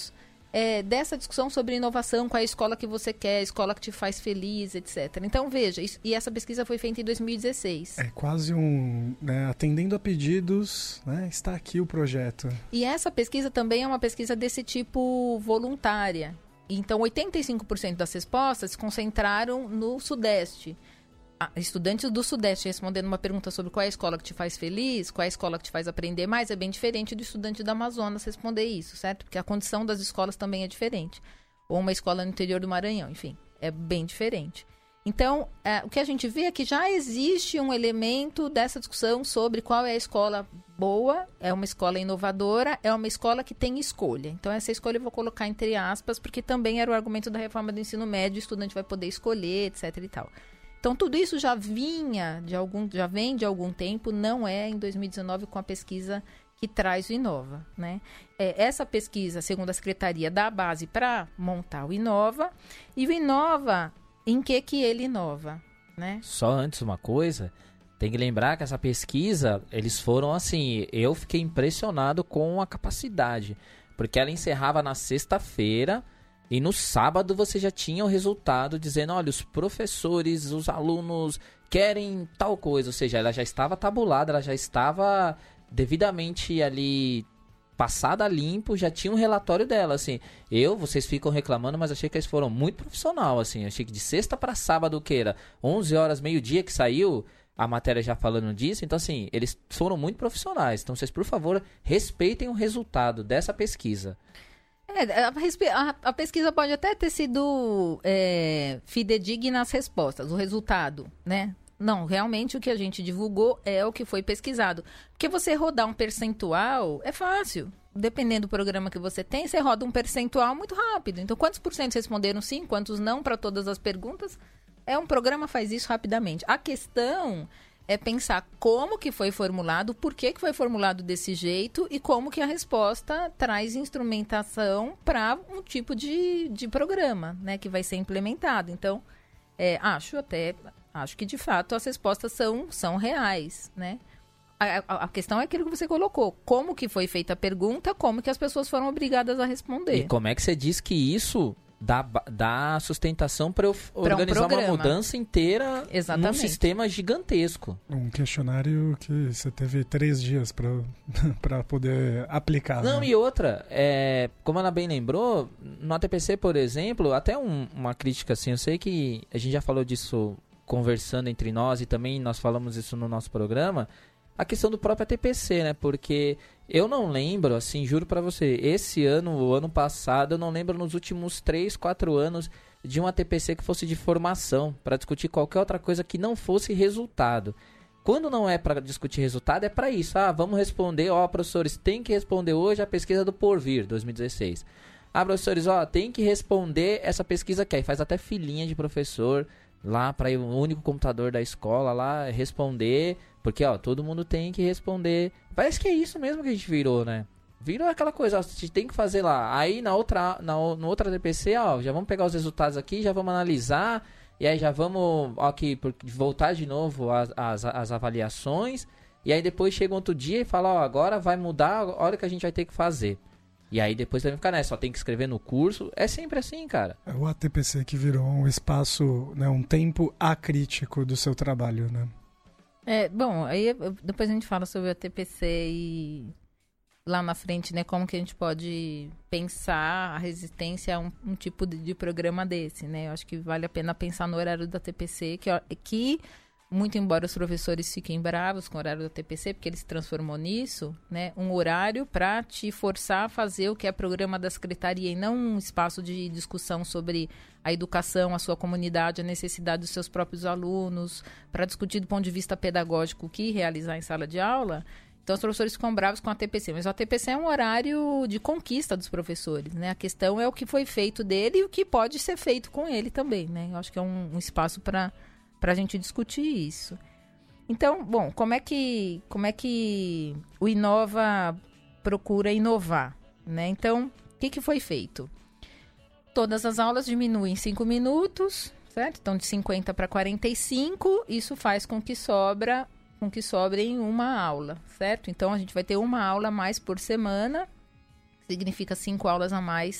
dessa discussão sobre inovação, qual é a escola que você quer, a escola que te faz feliz, etc. Então, veja, e essa pesquisa foi feita em 2016. É quase atendendo a pedidos, né? Está aqui o projeto. E essa pesquisa também é uma pesquisa desse tipo voluntária. Então, 85% das respostas se concentraram no Sudeste. Estudantes do Sudeste respondendo uma pergunta sobre qual é a escola que te faz feliz, qual é a escola que te faz aprender mais, é bem diferente do estudante do Amazonas responder isso, certo? Porque a condição das escolas também é diferente. Ou uma escola no interior do Maranhão, enfim, é bem diferente. Então, o que a gente vê é que já existe um elemento dessa discussão sobre qual é a escola boa, é uma escola inovadora, é uma escola que tem escolha. Então, essa escolha eu vou colocar entre aspas, porque também era o argumento da reforma do ensino médio, o estudante vai poder escolher, etc e tal. Então, tudo isso já vem de algum tempo, não é em 2019 com a pesquisa que traz o Inova, né? Essa pesquisa, segundo a Secretaria, dá a base para montar o Inova. E o Inova, em que ele inova, né? Só antes uma coisa, tem que lembrar que essa pesquisa, eles foram assim, eu fiquei impressionado com a capacidade, porque ela encerrava na sexta-feira, e no sábado você já tinha o resultado dizendo, olha, os professores, os alunos querem tal coisa. Ou seja, ela já estava tabulada, ela já estava devidamente ali passada a limpo, já tinha um relatório dela, assim. Vocês ficam reclamando, mas achei que eles foram muito profissional, assim. Achei que de sexta para sábado, que era 11 horas, meio-dia que saiu a matéria já falando disso. Então, assim, eles foram muito profissionais. Então, vocês, por favor, respeitem o resultado dessa pesquisa. A pesquisa pode até ter sido fidedigna nas respostas, o resultado, né? Não, realmente o que a gente divulgou é o que foi pesquisado. Porque você rodar um percentual é fácil. Dependendo do programa que você tem, você roda um percentual muito rápido. Então, quantos por cento responderam sim, quantos não para todas as perguntas? Um programa faz isso rapidamente. A questão é pensar como que foi formulado, por que foi formulado desse jeito e como que a resposta traz instrumentação para um tipo de programa, né, que vai ser implementado. Então, acho que de fato as respostas são reais, né? A questão é aquilo que você colocou. Como que foi feita a pergunta, como que as pessoas foram obrigadas a responder. E como é que você diz que isso dá sustentação para organizar uma mudança inteira num sistema gigantesco. Um questionário que você teve 3 dias para poder aplicar. Não, né? E outra, como ela bem lembrou, no ATPC, por exemplo, até uma crítica assim, eu sei que a gente já falou disso conversando entre nós e também nós falamos isso no nosso programa, a questão do próprio ATPC, né? Porque eu não lembro, assim, juro pra você, esse ano, o ano passado, eu não lembro nos últimos 3, 4 anos de um ATPC que fosse de formação, para discutir qualquer outra coisa que não fosse resultado. Quando não é para discutir resultado, é para isso. Vamos responder, professores, tem que responder hoje a pesquisa do Porvir, 2016. Professores, tem que responder essa pesquisa aqui. Aí faz até filinha de professor lá para o único computador da escola lá responder, porque todo mundo tem que responder. Parece que é isso mesmo que a gente virou, né? Virou aquela coisa, a gente tem que fazer lá. Aí no outra DPC, já vamos pegar os resultados aqui, já vamos analisar, e aí já vamos voltar de novo as avaliações, e aí depois chega outro dia e fala, agora vai mudar, olha o que a gente vai ter que fazer. E aí depois vai ficar, só tem que escrever no curso. É sempre assim, cara. É o ATPC que virou um espaço, né, um tempo acrítico do seu trabalho, né? Bom, aí depois a gente fala sobre o ATPC e lá na frente, né, como que a gente pode pensar a resistência a um tipo de programa desse, né? Eu acho que vale a pena pensar no horário do ATPC, que muito embora os professores fiquem bravos com o horário do TPC, porque ele se transformou nisso, né? Um horário para te forçar a fazer o que é programa da secretaria e não um espaço de discussão sobre a educação, a sua comunidade, a necessidade dos seus próprios alunos, para discutir do ponto de vista pedagógico o que realizar em sala de aula. Então, os professores ficam bravos com a TPC, mas o TPC é um horário de conquista dos professores, né? A questão é o que foi feito dele e o que pode ser feito com ele também, né? Eu acho que é um espaço para a gente discutir isso. Então, bom, como é que o Inova procura inovar, né? Então, o que foi feito? Todas as aulas diminuem em 5 minutos, certo? Então, de 50 para 45, isso faz com que sobre uma aula, certo? Então, a gente vai ter uma aula a mais por semana, significa 5 aulas a mais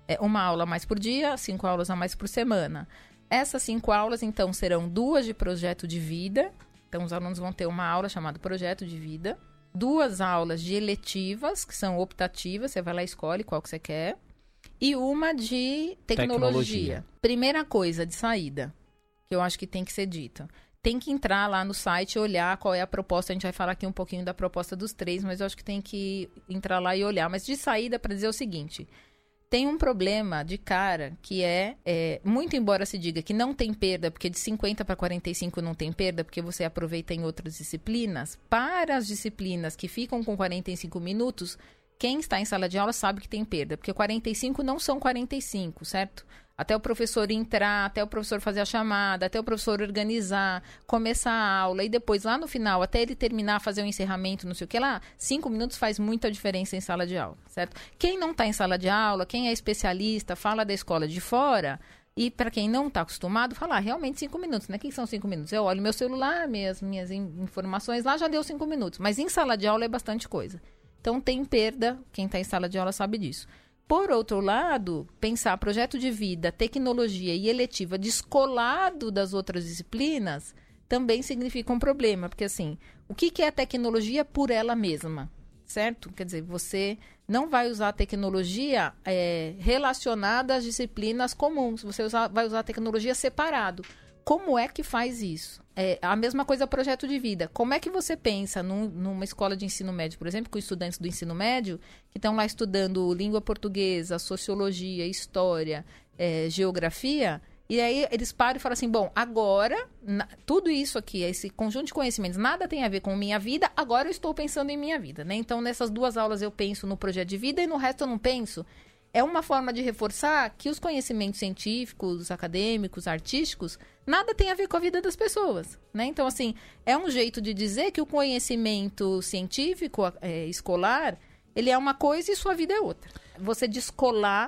uma aula a mais por dia, 5 aulas a mais por semana. Essas 5 aulas, então, serão 2 de projeto de vida. Então, os alunos vão ter uma aula chamada projeto de vida. 2 aulas de eletivas, que são optativas. Você vai lá e escolhe qual que você quer. E uma de tecnologia. Primeira coisa de saída, que eu acho que tem que ser dita. Tem que entrar lá no site e olhar qual é a proposta. A gente vai falar aqui um pouquinho da proposta dos 3, mas eu acho que tem que entrar lá e olhar. Mas de saída, para dizer o seguinte... Tem um problema de cara que muito embora se diga que não tem perda, porque de 50 para 45 não tem perda, porque você aproveita em outras disciplinas, para as disciplinas que ficam com 45 minutos, quem está em sala de aula sabe que tem perda, porque 45 não são 45, certo? Até o professor entrar, até o professor fazer a chamada, até o professor organizar, começar a aula e depois lá no final, até ele terminar, fazer o encerramento, não sei o que lá, 5 minutos faz muita diferença em sala de aula, certo? Quem não está em sala de aula, quem é especialista, fala da escola de fora, e para quem não está acostumado, falar realmente 5 minutos, né? O que são 5 minutos? Eu olho meu celular, minhas informações lá, já deu 5 minutos, mas em sala de aula é bastante coisa. Então tem perda, quem está em sala de aula sabe disso. Por outro lado, pensar projeto de vida, tecnologia e eletiva descolado das outras disciplinas também significa um problema. Porque, assim, o que é a tecnologia por ela mesma? Certo? Quer dizer, você não vai usar a tecnologia relacionada às disciplinas comuns. Você vai usar a tecnologia separado. Como é que faz isso? A mesma coisa projeto de vida. Como é que você pensa numa escola de ensino médio, por exemplo, com estudantes do ensino médio que estão lá estudando língua portuguesa, sociologia, história, geografia, e aí eles param e falam assim, bom, agora, tudo isso aqui, esse conjunto de conhecimentos, nada tem a ver com minha vida, agora eu estou pensando em minha vida, né? Então, nessas 2 aulas eu penso no projeto de vida e no resto eu não penso. É uma forma de reforçar que os conhecimentos científicos, acadêmicos, artísticos, nada tem a ver com a vida das pessoas, né? Então, assim, é um jeito de dizer que o conhecimento científico, escolar, ele é uma coisa e sua vida é outra. Você descolar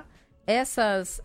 essas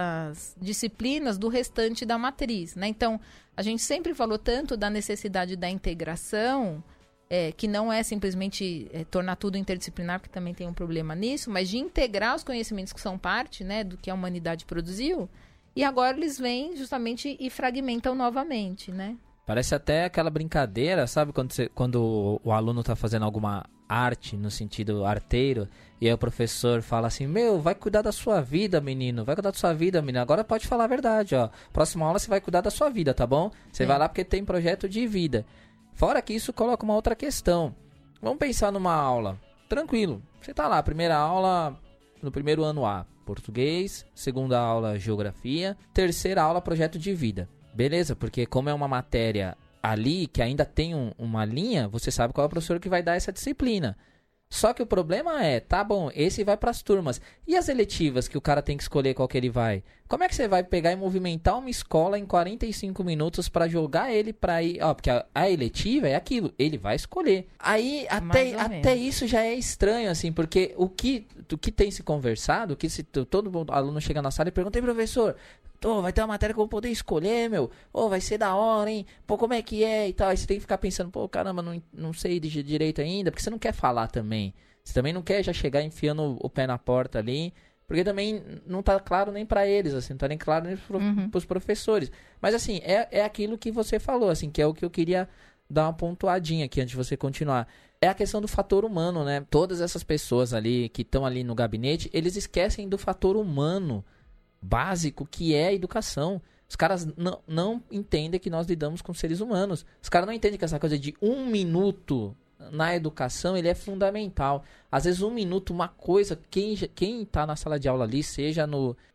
disciplinas do restante da matriz, né? Então, a gente sempre falou tanto da necessidade da integração, que não é simplesmente tornar tudo interdisciplinar, porque também tem um problema nisso, mas de integrar os conhecimentos que são parte, né, do que a humanidade produziu, e agora eles vêm justamente e fragmentam novamente, né? Parece até aquela brincadeira, sabe, quando o aluno está fazendo alguma arte, no sentido arteiro, e aí o professor fala assim, vai cuidar da sua vida, menino, vai cuidar da sua vida, menino, agora pode falar a verdade, ó, próxima aula você vai cuidar da sua vida, tá bom? Você vai lá porque tem projeto de vida. Fora que isso coloca uma outra questão. Vamos pensar numa aula. Tranquilo. Você tá lá, primeira aula no primeiro ano A, português. Segunda aula, geografia. Terceira aula, projeto de vida. Beleza, porque como é uma matéria ali que ainda tem uma linha, você sabe qual é o professor que vai dar essa disciplina. Só que o problema tá bom, esse vai para as turmas. E as eletivas que o cara tem que escolher qual que ele vai? Como é que você vai pegar e movimentar uma escola em 45 minutos para jogar ele para ir... porque a eletiva é aquilo, ele vai escolher. Aí até isso já é estranho, assim, porque o que tem se conversado, todo aluno chega na sala e pergunta, professor, vai ter uma matéria que eu vou poder escolher, vai ser da hora, hein? Como é que é e tal. Aí você tem que ficar pensando, caramba, não sei de direito ainda, porque você não quer falar também. Você também não quer já chegar enfiando o pé na porta ali, porque também não tá claro nem pra eles, assim, não tá nem claro nem pros professores. Mas, assim, é aquilo que você falou, assim, que é o que eu queria dar uma pontuadinha aqui antes de você continuar. É a questão do fator humano, né? Todas essas pessoas ali que estão ali no gabinete, eles esquecem do fator humano básico que é a educação. Os caras não entendem que nós lidamos com seres humanos. Os caras não entendem que essa coisa de 1 minuto na educação, ele é fundamental. Às vezes 1 minuto, uma coisa, quem tá na sala de aula ali, seja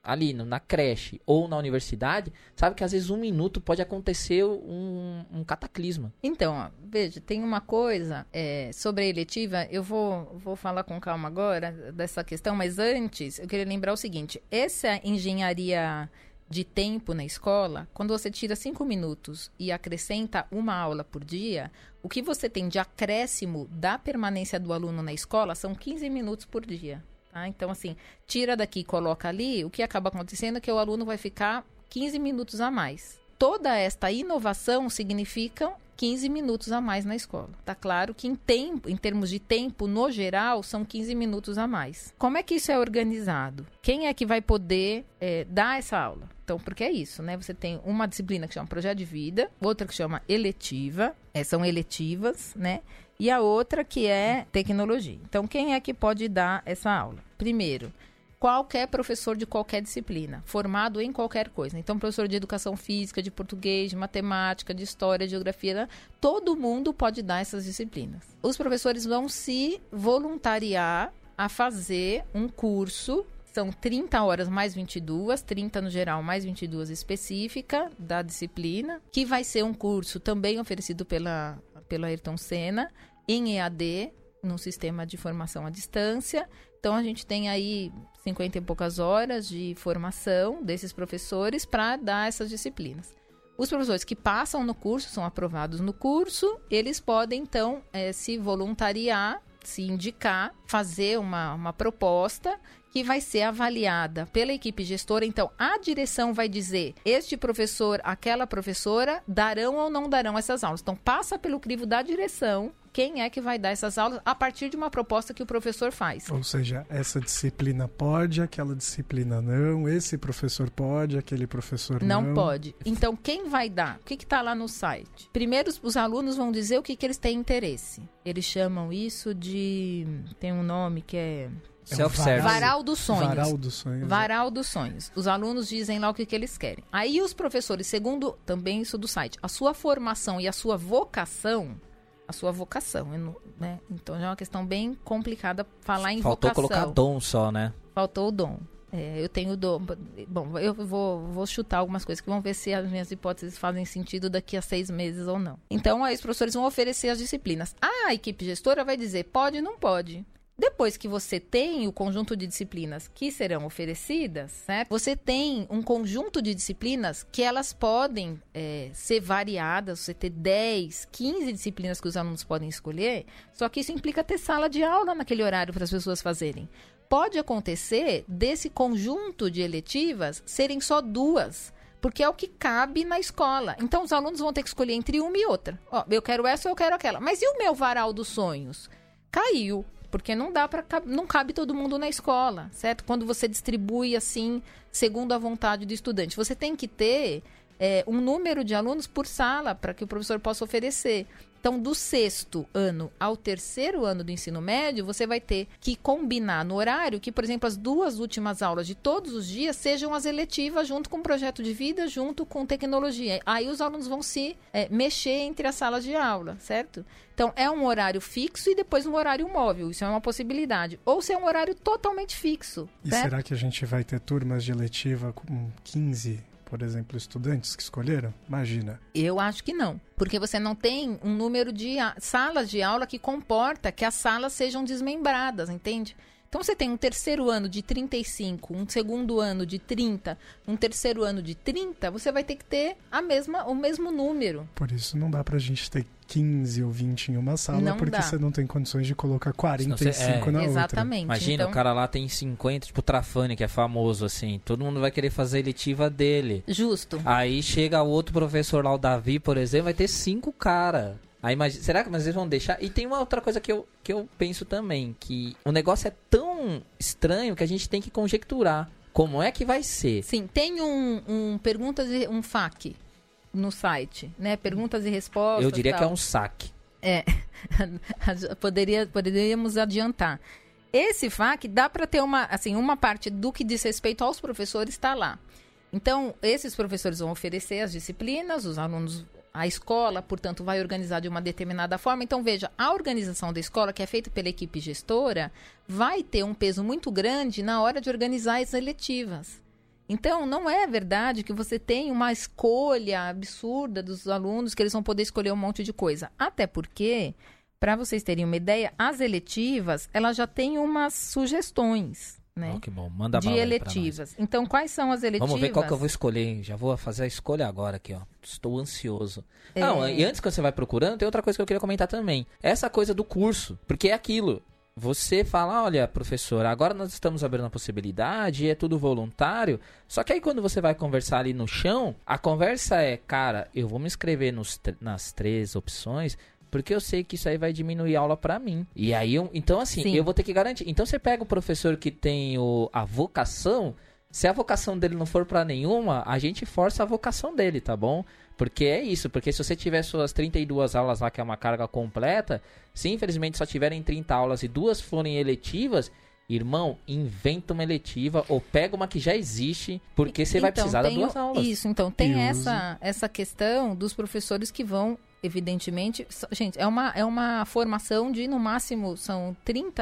na creche ou na universidade, sabe que às vezes 1 minuto pode acontecer um cataclisma. Então, veja, tem uma coisa sobre a eletiva, eu vou falar com calma agora dessa questão, mas antes eu queria lembrar o seguinte, essa engenharia de tempo na escola, quando você tira 5 minutos e acrescenta 1 aula por dia, o que você tem de acréscimo da permanência do aluno na escola são 15 minutos por dia. Tá? Então, assim, tira daqui e coloca ali, o que acaba acontecendo é que o aluno vai ficar 15 minutos a mais. toda esta inovação significa 15 minutos a mais na escola. Tá claro que em termos de tempo, no geral, são 15 minutos a mais. Como é que isso é organizado? Quem é que vai poder dar essa aula? Então, porque é isso, né? Você tem uma disciplina que chama projeto de vida, outra que chama eletiva, são eletivas, né? E a outra que é tecnologia. Então, quem é que pode dar essa aula? Primeiro, qualquer professor de qualquer disciplina, formado em qualquer coisa. Então, professor de educação física, de português, de matemática, de história, de geografia, né? Todo mundo pode dar essas disciplinas. Os professores vão se voluntariar a fazer um curso, são 30 horas mais 22, 30 no geral mais 22 específica da disciplina, que vai ser um curso também oferecido pela Ayrton Senna, em EAD, num sistema de formação à distância. Então, a gente tem aí 50 e poucas horas de formação desses professores para dar essas disciplinas. Os professores que passam no curso, são aprovados no curso, eles podem, então, se voluntariar, se indicar, fazer uma proposta que vai ser avaliada pela equipe gestora. Então, a direção vai dizer, este professor, aquela professora, darão ou não darão essas aulas. Então, passa pelo crivo da direção quem é que vai dar essas aulas a partir de uma proposta que o professor faz. Ou seja, essa disciplina pode, aquela disciplina não, esse professor pode, aquele professor não. Não pode. Então, quem vai dar? O que está lá no site? Primeiro, os alunos vão dizer o que eles têm interesse. Eles chamam isso de... tem um nome que é... Self-service. Varal dos sonhos. Varal dos sonhos. Varal dos sonhos. Os alunos dizem lá o que eles querem. Aí os professores, segundo também isso do site, a sua formação e a sua vocação, né? Então já é uma questão bem complicada falar em Faltou vocação. colocar dom só, né? Faltou o dom. Eu tenho dom. Bom, eu vou chutar algumas coisas que vão ver se as minhas hipóteses fazem sentido daqui a 6 meses ou não. Então, aí os professores vão oferecer as disciplinas. A equipe gestora vai dizer pode ou não pode. Depois que você tem o conjunto de disciplinas que serão oferecidas, certo? Você tem um conjunto de disciplinas que elas podem ser variadas, você ter 10, 15 disciplinas que os alunos podem escolher, só que isso implica ter sala de aula naquele horário para as pessoas fazerem. Pode acontecer desse conjunto de eletivas serem só 2, porque é o que cabe na escola. Então, os alunos vão ter que escolher entre uma e outra. Ó, eu quero essa ou eu quero aquela. Mas e o meu varal dos sonhos? Caiu. Porque não cabe todo mundo na escola, certo? Quando você distribui assim, segundo a vontade do estudante. Você tem que ter um número de alunos por sala para que o professor possa oferecer. Então, do 6º ano ao 3º ano do ensino médio, você vai ter que combinar no horário que, por exemplo, as 2 últimas aulas de todos os dias sejam as eletivas junto com o projeto de vida, junto com tecnologia. Aí os alunos vão se mexer entre as salas de aula, certo? Então, é um horário fixo e depois um horário móvel. Isso é uma possibilidade. Ou se é um horário totalmente fixo. E certo? será que a gente vai ter turmas de eletiva com 15, por exemplo, estudantes que escolheram? Imagina. Eu acho que não. Porque você não tem um número de salas de aula que comporta que as salas sejam desmembradas, entende? Então, você tem um 3º ano de 35, um 2º ano de 30, um 3º ano de 30, você vai ter que ter o mesmo número. Por isso não dá pra gente ter 15 ou 20 em uma sala, não porque dá. Você não tem condições de colocar 45 na outra. Exatamente. Imagina, então, o cara lá tem 50, tipo o Trafani, que é famoso, assim. Todo mundo vai querer fazer a eletiva dele. Justo. Aí chega o outro professor lá, o Davi, por exemplo, vai ter 5 cara. Aí imagina, será que eles vão deixar? E tem uma outra coisa que eu penso também, que o negócio é tão estranho que a gente tem que conjecturar como é que vai ser. Sim, tem um FAQ no site, né? Perguntas e respostas. Eu diria tal. que é um saque. Poderíamos adiantar. Esse FAQ dá para ter uma parte do que diz respeito aos professores está lá. Então, esses professores vão oferecer as disciplinas, os alunos, a escola, portanto, vai organizar de uma determinada forma. Então, veja, a organização da escola, que é feita pela equipe gestora, vai ter um peso muito grande na hora de organizar as eletivas. Então, não é verdade que você tem uma escolha absurda dos alunos, que eles vão poder escolher um monte de coisa. Até porque, para vocês terem uma ideia, as eletivas, elas já têm umas sugestões, né? Oh, que bom. Manda de bala eletivas. Então, quais são as eletivas? Vamos ver qual que eu vou escolher, hein? Já vou fazer a escolha agora aqui, ó. Estou ansioso. Não, e antes que você vai procurando, tem outra coisa que eu queria comentar também. Essa coisa do curso, porque é aquilo. você fala, olha, professor, agora nós estamos abrindo a possibilidade, é tudo voluntário, só que aí quando você vai conversar ali no chão, a conversa é, cara, eu vou me inscrever nas 3 opções, porque eu sei que isso aí vai diminuir a aula pra mim. E aí, então assim, Sim. eu vou ter que garantir. Então você pega o professor que tem a vocação, se a vocação dele não for pra nenhuma, a gente força a vocação dele, tá bom? Porque é isso, porque se você tiver suas 32 aulas lá, que é uma carga completa, se infelizmente só tiverem 30 aulas e 2 forem eletivas, irmão, inventa uma eletiva ou pega uma que já existe, porque você vai precisar das 2 aulas. Isso, então tem essa questão dos professores que vão, evidentemente, gente, é uma formação de, no máximo, são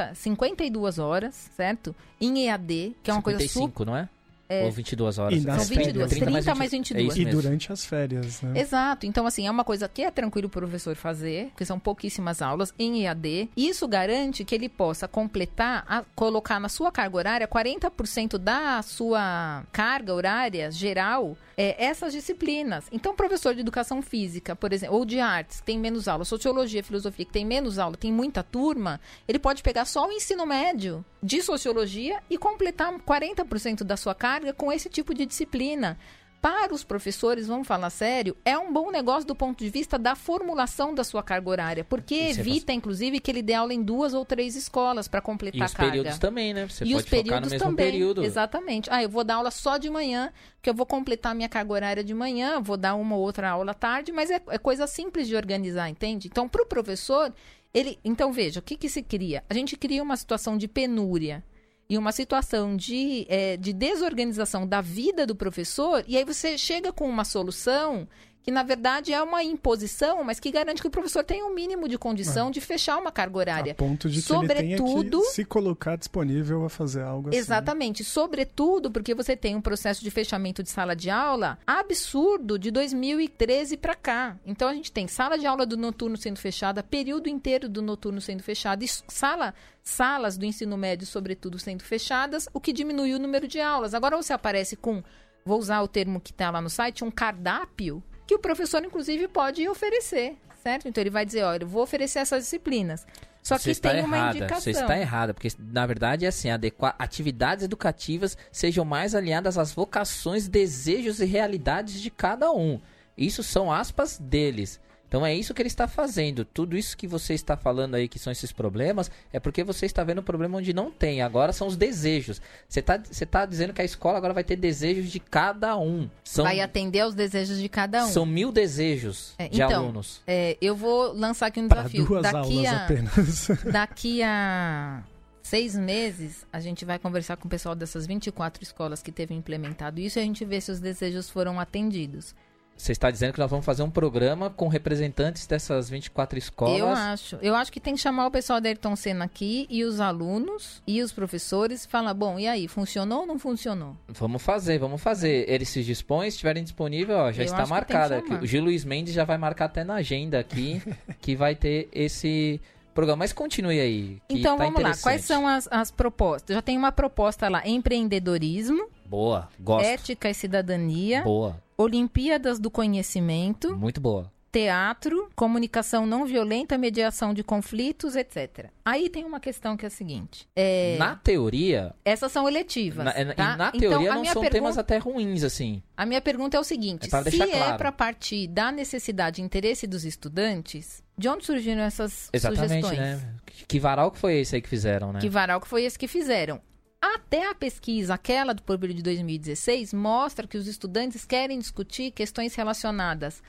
52 horas, certo? Em EAD, que é uma coisa 55, não é? Ou 22 horas. São 22, 30 mais 22. É isso E mesmo. durante as férias, né? Exato. Então, assim, é uma coisa que é tranquilo o professor fazer, porque são pouquíssimas aulas em EAD. Isso garante que ele possa completar, colocar na sua carga horária 40% da sua carga horária geral, essas disciplinas. Então, professor de educação física, por exemplo, ou de artes, que tem menos aula, sociologia, filosofia, que tem menos aula, tem muita turma, ele pode pegar só o ensino médio de sociologia e completar 40% da sua carga com esse tipo de disciplina. Para os professores, vamos falar sério, é um bom negócio do ponto de vista da formulação da sua carga horária, porque evita, inclusive, que ele dê aula em 2 ou 3 escolas para completar a carga. E os períodos também, né? Você e pode os focar períodos no mesmo também, período. exatamente. Eu vou dar aula só de manhã, que eu vou completar a minha carga horária de manhã, vou dar uma ou outra aula à tarde, mas é coisa simples de organizar, entende? Então, para o professor, então veja, o que se cria? A gente cria uma situação de penúria e uma situação de desorganização da vida do professor, e aí você chega com uma solução que, na verdade, é uma imposição, mas que garante que o professor tenha um mínimo de condição de fechar uma carga horária. A ponto de que ele tenha que se colocar disponível a fazer algo assim. Exatamente. Sobretudo porque você tem um processo de fechamento de sala de aula absurdo de 2013 para cá. Então, a gente tem sala de aula do noturno sendo fechada, período inteiro do noturno sendo fechado, e salas do ensino médio, sobretudo, sendo fechadas, o que diminui o número de aulas. Agora você aparece com, vou usar o termo que está lá no site, um cardápio, que o professor, inclusive, pode oferecer, certo? Então, ele vai dizer, olha, eu vou oferecer essas disciplinas. Só que tem uma indicação. Você está errada, porque, na verdade, é assim, adequar atividades educativas sejam mais alinhadas às vocações, desejos e realidades de cada um. Isso são aspas deles. Então é isso que ele está fazendo. Tudo isso que você está falando aí, que são esses problemas, é porque você está vendo um problema onde não tem. Agora são os desejos. Você tá dizendo que a escola agora vai ter desejos de cada um. Vai atender aos desejos de cada um. São 1000 desejos de alunos. Eu vou lançar aqui um desafio. Para 2 aulas apenas. Daqui a 6 meses, a gente vai conversar com o pessoal dessas 24 escolas que teve implementado isso e a gente vê se os desejos foram atendidos. Você está dizendo que nós vamos fazer um programa com representantes dessas 24 escolas? Eu acho que tem que chamar o pessoal da Ayrton Senna aqui e os alunos e os professores e falar, bom, e aí, funcionou ou não funcionou? Vamos fazer. Eles se dispõem, se estiverem disponíveis, já está marcada. O Gil Luiz Mendes já vai marcar até na agenda aqui que vai ter esse programa. Mas continue aí. Então vamos lá, quais são as propostas? Já tem uma proposta lá, empreendedorismo. Boa, gosto. Ética e cidadania. Boa. Olimpíadas do Conhecimento. Muito boa. Teatro, comunicação não violenta, mediação de conflitos, etc. Aí tem uma questão que é a seguinte. Na teoria... Essas são eletivas, tá? E na teoria não são temas até ruins, assim. A minha pergunta é o seguinte. Se é para partir da necessidade e interesse dos estudantes, de onde surgiram essas sugestões? Né? Que varal que foi esse aí que fizeram, né? Que varal que foi esse que fizeram? Até a pesquisa, aquela do período de 2016, mostra que os estudantes querem discutir questões relacionadas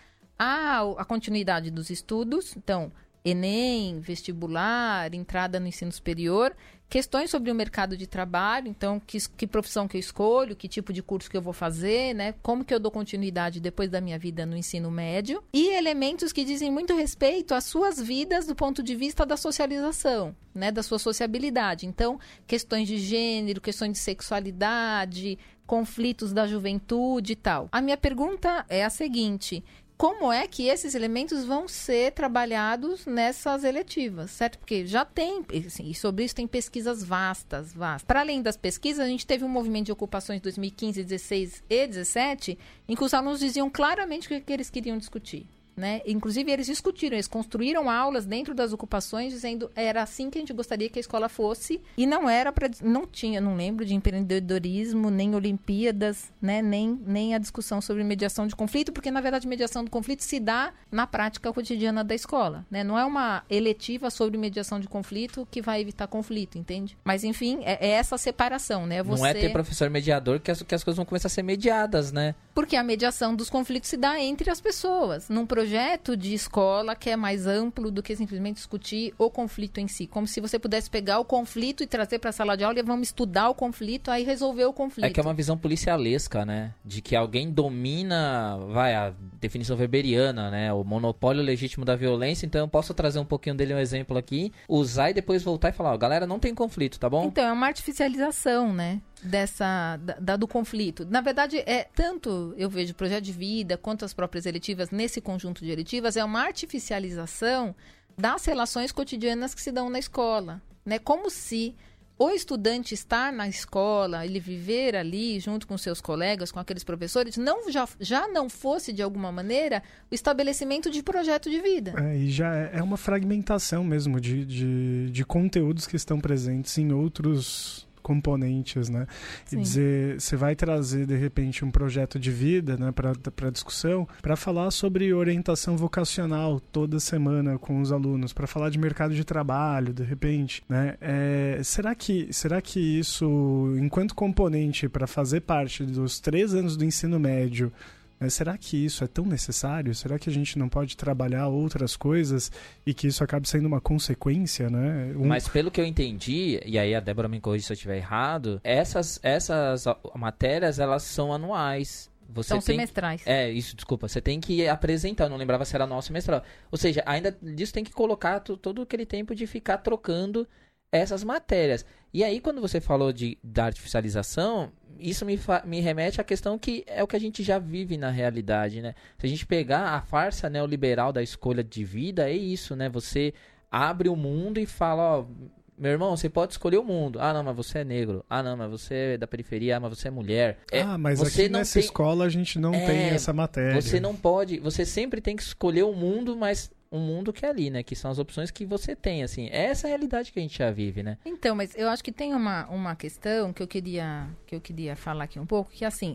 à continuidade dos estudos. Então, Enem, vestibular, entrada no ensino superior, questões sobre o mercado de trabalho, então, que profissão que eu escolho, que tipo de curso que eu vou fazer, né? Como que eu dou continuidade depois da minha vida no ensino médio. E elementos que dizem muito respeito às suas vidas do ponto de vista da socialização, né? Da sua sociabilidade. Então, questões de gênero, questões de sexualidade, conflitos da juventude e tal. A minha pergunta é a seguinte: como é que esses elementos vão ser trabalhados nessas eletivas, certo? Porque já tem, assim, e sobre isso tem pesquisas vastas. Para além das pesquisas, a gente teve um movimento de ocupações de 2015, 16 e 17, em que os alunos diziam claramente o que eles queriam discutir. né? Inclusive, eles discutiram, eles construíram aulas dentro das ocupações, dizendo era assim que a gente gostaria que a escola fosse, e não lembro de empreendedorismo, nem Olimpíadas, né? Nem a discussão sobre mediação de conflito, porque, na verdade, mediação de conflito se dá na prática cotidiana da escola, né? Não é uma eletiva sobre mediação de conflito que vai evitar conflito, entende? Mas, enfim, é essa separação, né? Não é ter professor mediador que as coisas vão começar a ser mediadas, né? Porque a mediação dos conflitos se dá entre as pessoas, num projeto de escola que é mais amplo do que simplesmente discutir o conflito em si. Como se você pudesse pegar o conflito e trazer para a sala de aula e vamos estudar o conflito, aí resolver o conflito. É que é uma visão policialesca, né? De que alguém domina, a definição weberiana, né? O monopólio legítimo da violência. Então eu posso trazer um pouquinho dele, um exemplo aqui, usar e depois voltar e falar, galera, não tem conflito, tá bom? Então, é uma artificialização, né? Do conflito. Na verdade, tanto eu vejo o projeto de vida quanto as próprias eletivas, nesse conjunto de eletivas, é uma artificialização das relações cotidianas que se dão na escola, né? Como se o estudante estar na escola, ele viver ali junto com seus colegas, com aqueles professores, já não fosse, de alguma maneira, o estabelecimento de projeto de vida. E já é uma fragmentação mesmo de conteúdos que estão presentes em outros componentes, né? Sim. E dizer, você vai trazer de repente um projeto de vida, né, para discussão, para falar sobre orientação vocacional toda semana com os alunos, para falar de mercado de trabalho, de repente, né? Será que isso, enquanto componente para fazer parte dos 3 anos do ensino médio, será que isso é tão necessário? Será que a gente não pode trabalhar outras coisas e que isso acabe sendo uma consequência, né? Mas pelo que eu entendi, e aí a Débora me corrige se eu estiver errado, essas matérias, elas são anuais. São semestrais. Isso, desculpa. Você tem que apresentar, eu não lembrava se era anual ou semestral. Ou seja, ainda disso tem que colocar todo aquele tempo de ficar trocando essas matérias. E aí, quando você falou da artificialização, isso me remete à questão que é o que a gente já vive na realidade, né? Se a gente pegar a farsa neoliberal da escolha de vida, é isso, né? Você abre o mundo e fala, meu irmão, você pode escolher o mundo. Ah, não, mas você é negro. Ah, não, mas você é da periferia. Ah, mas você é mulher. Mas aqui nessa escola a gente não tem essa matéria. Você não pode, você sempre tem que escolher o mundo, mas um mundo que é ali, né? Que são as opções que você tem, assim. Essa é a realidade que a gente já vive, né? Então, mas eu acho que tem uma questão que eu queria falar aqui um pouco, que assim,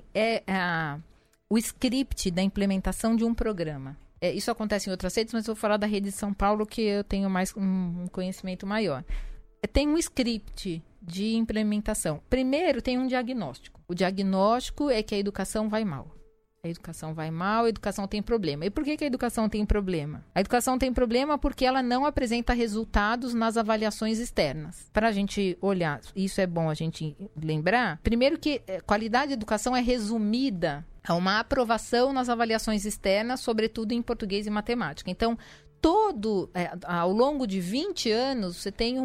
o script da implementação de um programa. Isso acontece em outras redes, mas eu vou falar da rede de São Paulo, que eu tenho mais um conhecimento maior. Tem um script de implementação. Primeiro, tem um diagnóstico. O diagnóstico é que a educação vai mal. A educação vai mal, a educação tem problema. E por que a educação tem problema? A educação tem problema porque ela não apresenta resultados nas avaliações externas. Para a gente olhar, isso é bom a gente lembrar, primeiro que qualidade de educação é resumida a uma aprovação nas avaliações externas, sobretudo em português e matemática. Então, ao longo de 20 anos, você tem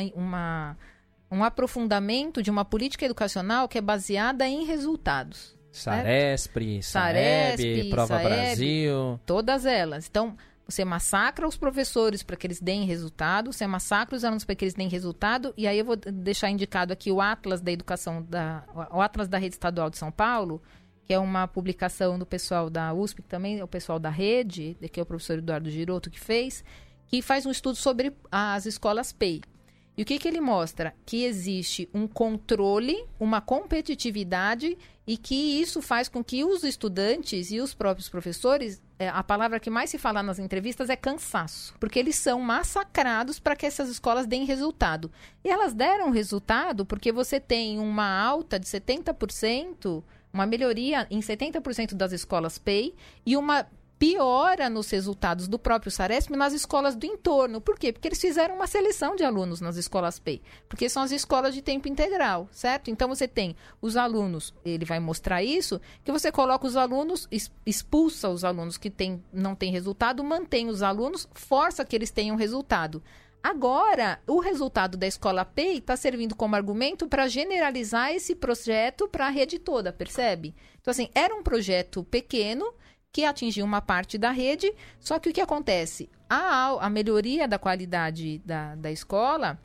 um aprofundamento de uma política educacional que é baseada em resultados. Sarespre, Prova Brasil. Todas elas. Então, você massacra os professores para que eles deem resultado, você massacra os alunos para que eles deem resultado, e aí eu vou deixar indicado aqui o Atlas da Educação, o Atlas da Rede Estadual de São Paulo, que é uma publicação do pessoal da USP, que também é o pessoal da rede, que é o professor Eduardo Giroto que faz um estudo sobre as escolas PEI. E o que ele mostra? Que existe um controle, uma competitividade e que isso faz com que os estudantes e os próprios professores, a palavra que mais se fala nas entrevistas é cansaço, porque eles são massacrados para que essas escolas deem resultado. E elas deram resultado porque você tem uma alta de 70%, uma melhoria em 70% das escolas PEI e uma piora nos resultados do próprio Saresp nas escolas do entorno. Por quê? Porque eles fizeram uma seleção de alunos nas escolas PEI, porque são as escolas de tempo integral, certo? Então você tem os alunos, ele vai mostrar isso, que você coloca os alunos, expulsa os alunos que não têm resultado, mantém os alunos, força que eles tenham resultado. Agora, o resultado da escola PEI está servindo como argumento para generalizar esse projeto para a rede toda, percebe? Então, assim, era um projeto pequeno, que atingiu uma parte da rede, só que o que acontece? A melhoria da qualidade da escola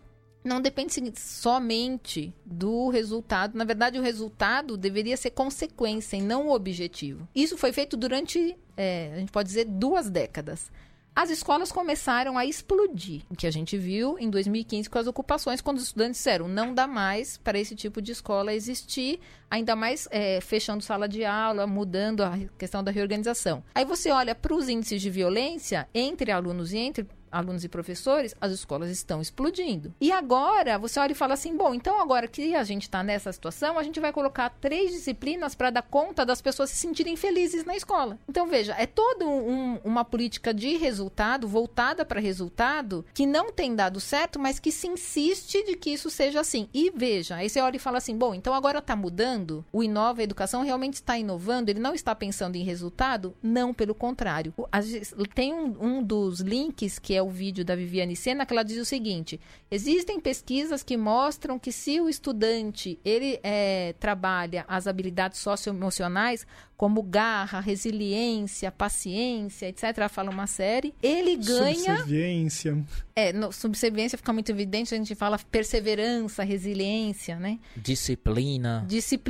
não depende somente do resultado. Na verdade, o resultado deveria ser consequência e não o objetivo. Isso foi feito durante, a gente pode dizer, 2 décadas. As escolas começaram a explodir, o que a gente viu em 2015 com as ocupações, quando os estudantes disseram, não dá mais para esse tipo de escola existir, ainda mais fechando sala de aula, mudando a questão da reorganização. Aí você olha para os índices de violência entre alunos e professores, as escolas estão explodindo. E agora, você olha e fala assim, bom, então agora que a gente está nessa situação, a gente vai colocar 3 disciplinas para dar conta das pessoas se sentirem felizes na escola. Então, veja, é toda uma política de resultado, voltada para resultado, que não tem dado certo, mas que se insiste de que isso seja assim. E veja, aí você olha e fala assim, bom, então agora está mudando, o Inova Educação realmente está inovando, ele não está pensando em resultado? Não, pelo contrário. Tem um dos links que é o vídeo da Viviane Sena, que ela diz o seguinte, existem pesquisas que mostram que se o estudante ele trabalha as habilidades socioemocionais, como garra, resiliência, paciência, etc., ela fala uma série, ele ganha... Subserviência. Subserviência fica muito evidente, a gente fala perseverança, resiliência, né? Disciplina,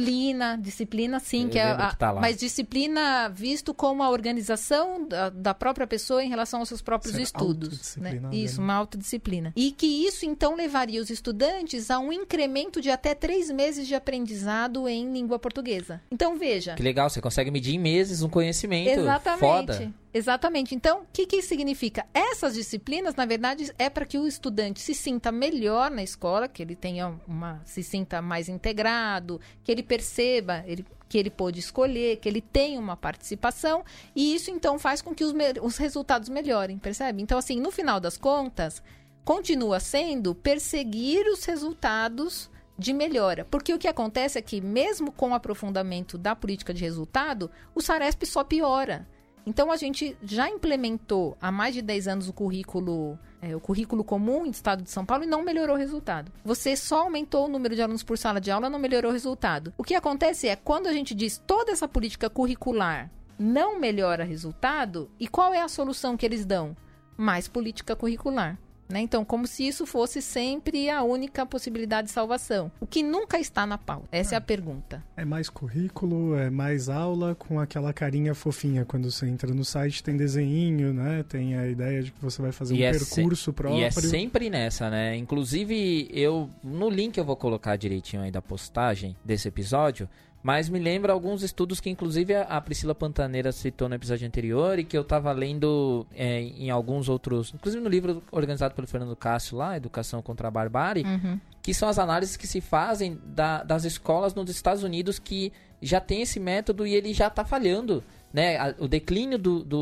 sim, que tá lá. Mas disciplina visto como a organização da própria pessoa em relação aos seus próprios estudos. Né? Isso, uma autodisciplina. E que isso, então, levaria os estudantes a um incremento de até 3 meses de aprendizado em língua portuguesa. Então, veja... Que legal, você consegue medir em meses um conhecimento. Exatamente. Foda. Exatamente. Então, o que isso significa? Essas disciplinas, na verdade, é para que o estudante se sinta melhor na escola, que ele tenha se sinta mais integrado, que ele perceba que ele pôde escolher, que ele tenha uma participação, e isso, então, faz com que os resultados melhorem, percebe? Então, assim, no final das contas, continua sendo perseguir os resultados de melhora. Porque o que acontece é que, mesmo com o aprofundamento da política de resultado, o Saresp só piora. Então, a gente já implementou há mais de 10 anos o currículo comum do Estado de São Paulo e não melhorou o resultado. Você só aumentou o número de alunos por sala de aula, não melhorou o resultado. O que acontece é, quando a gente diz toda essa política curricular não melhora resultado, e qual é a solução que eles dão? Mais política curricular. Né? Então, como se isso fosse sempre a única possibilidade de salvação. O que nunca está na pauta. Essa é a pergunta. É mais currículo, é mais aula com aquela carinha fofinha. Quando você entra no site, tem desenho, né? Tem a ideia de que você vai fazer percurso próprio. E é sempre nessa, né? Inclusive, no link eu vou colocar direitinho aí da postagem desse episódio, mas me lembra alguns estudos que, inclusive, a Priscila Pantaneira citou no episódio anterior e que eu estava lendo em alguns outros... Inclusive no livro organizado pelo Fernando Cássio lá, Educação contra a Barbárie, que são as análises que se fazem das escolas nos Estados Unidos que já tem esse método e ele já está falhando. Né? O declínio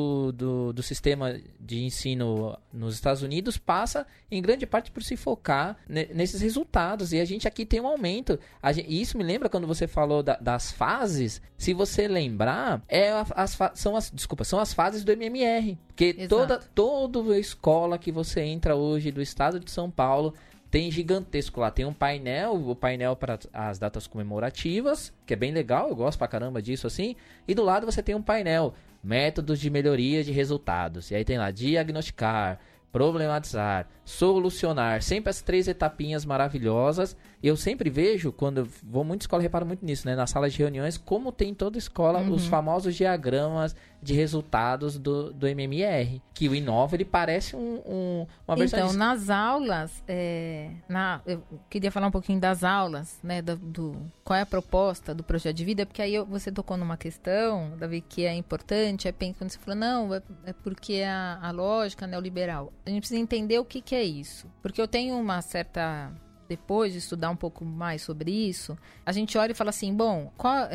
do sistema de ensino nos Estados Unidos passa em grande parte por se focar nesses resultados, e a gente aqui tem um aumento. E isso me lembra quando você falou das fases. Se você lembrar, são as fases do MMR, porque toda escola que você entra hoje do estado de São Paulo tem gigantesco lá, tem o painel para as datas comemorativas, que é bem legal, eu gosto pra caramba disso assim, e do lado você tem um painel, métodos de melhoria de resultados, e aí tem lá, diagnosticar, problematizar, solucionar, sempre as 3 etapinhas maravilhosas. Eu sempre vejo, quando eu vou muito à escola, reparo muito nisso, né? Na sala de reuniões, como tem em toda escola os famosos diagramas de resultados do MMR, que o Inova, ele parece uma versão... Então, nas aulas, eu queria falar um pouquinho das aulas, né? Qual é a proposta do projeto de vida, porque aí você tocou numa questão, Davi, que é importante, quando você falou, não, é porque a lógica neoliberal. A gente precisa entender o que é isso. Porque eu tenho uma certa... Depois de estudar um pouco mais sobre isso, a gente olha e fala assim, bom,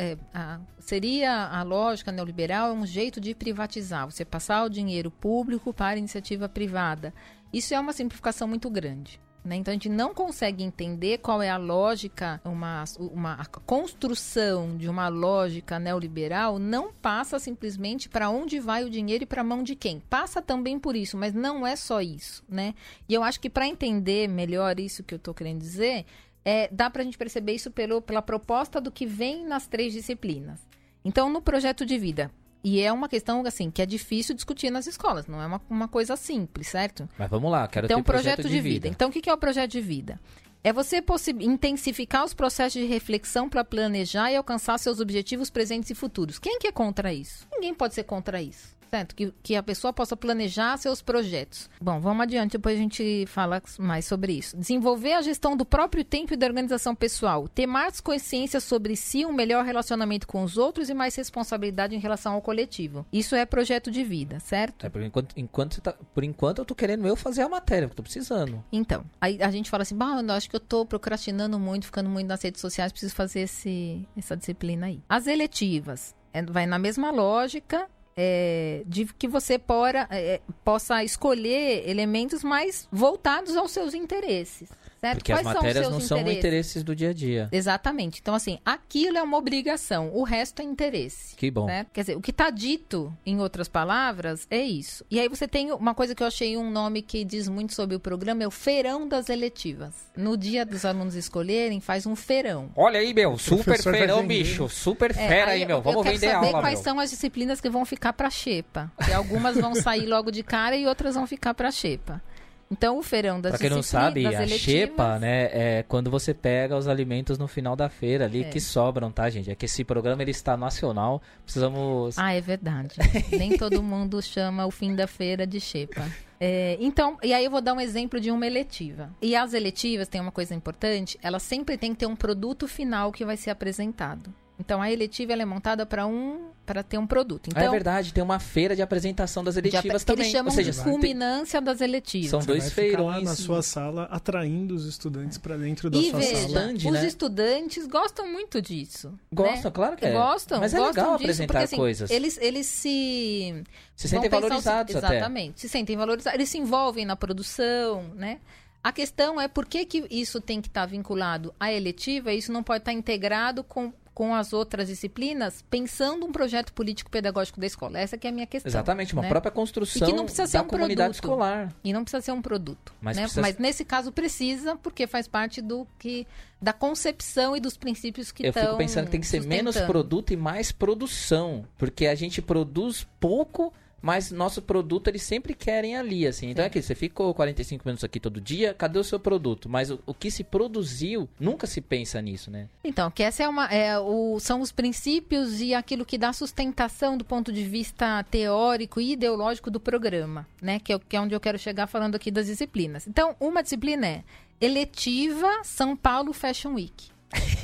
seria a lógica neoliberal um jeito de privatizar, você passar o dinheiro público para a iniciativa privada. Isso é uma simplificação muito grande. Né? Então a gente não consegue entender qual é a lógica, a construção de uma lógica neoliberal não passa simplesmente para onde vai o dinheiro e para a mão de quem. Passa também por isso, mas não é só isso, né? E eu acho que para entender melhor isso que eu estou querendo dizer, dá para a gente perceber isso pela proposta do que vem nas 3 disciplinas. Então, no projeto de vida, e é uma questão, assim, que é difícil discutir nas escolas. Não é uma coisa simples, certo? Mas vamos lá, quero ter projeto de vida. Então, o que é o projeto de vida? É você intensificar os processos de reflexão para planejar e alcançar seus objetivos presentes e futuros. Quem que é contra isso? Ninguém pode ser contra isso. Certo? Que a pessoa possa planejar seus projetos. Bom, vamos adiante, depois a gente fala mais sobre isso. Desenvolver a gestão do próprio tempo e da organização pessoal. Ter mais consciência sobre si, um melhor relacionamento com os outros e mais responsabilidade em relação ao coletivo. Isso é projeto de vida, certo? Por enquanto eu tô querendo eu fazer a matéria, porque eu tô precisando. Então, aí a gente fala assim, eu acho que eu tô procrastinando muito, ficando muito nas redes sociais, preciso fazer essa disciplina aí. As eletivas. Vai na mesma lógica... de que você possa escolher elementos mais voltados aos seus interesses. Certo? Porque as matérias não são interesses do dia a dia. Exatamente. Então, assim, aquilo é uma obrigação, o resto é interesse. Que bom. Certo? Quer dizer, o que está dito, em outras palavras, é isso. E aí você tem uma coisa que eu achei um nome que diz muito sobre o programa, é o feirão das eletivas. No dia dos alunos escolherem, faz um feirão. Olha aí, meu, super feirão, bicho. Super fera aí, meu. Vamos vender aula, meu. Eu quero saber quais são as disciplinas que vão ficar para xepa. Porque algumas vão sair logo de cara e outras vão ficar para xepa. Então, o feirão das disciplinas, pra quem não sabe, a eletivas... xepa, né, é quando você pega os alimentos no final da feira ali, que sobram, tá, gente? É que esse programa, ele está nacional, precisamos... Ah, é verdade. Nem todo mundo chama o fim da feira de xepa. Então, e aí eu vou dar um exemplo de uma eletiva. E as eletivas, tem uma coisa importante, elas sempre tem que ter um produto final que vai ser apresentado. Então, a eletiva ela é montada para ter um produto. Então, é verdade, tem uma feira de apresentação das eletivas também. Eles chamam de culminância das eletivas. São dois feirões. Lá na sua sala, atraindo os estudantes para dentro da sua sala. Os estudantes gostam muito disso. Gostam, né? Claro que Gostam. Mas é legal apresentar porque, assim, coisas. Eles se sentem valorizados até. Exatamente, se sentem valorizados. Eles se envolvem na produção, né? A questão é por que isso tem que estar vinculado à eletiva e isso não pode estar integrado com as outras disciplinas, pensando um projeto político-pedagógico da escola. Essa que é a minha questão. Exatamente, uma própria construção e que não precisa ser da comunidade escolar. E não precisa ser um produto. Mas nesse caso precisa, porque faz parte da concepção e dos princípios que estão Eu fico pensando que tem que ser menos produto e mais produção. Porque a gente produz pouco... Mas nosso produto, eles sempre querem ali, assim. Então é que você ficou 45 minutos aqui todo dia, cadê o seu produto? Mas o que se produziu, nunca se pensa nisso, né? Então, que essa são os princípios e aquilo que dá sustentação do ponto de vista teórico e ideológico do programa, né? Que é onde eu quero chegar falando aqui das disciplinas. Então, uma disciplina é eletiva São Paulo Fashion Week.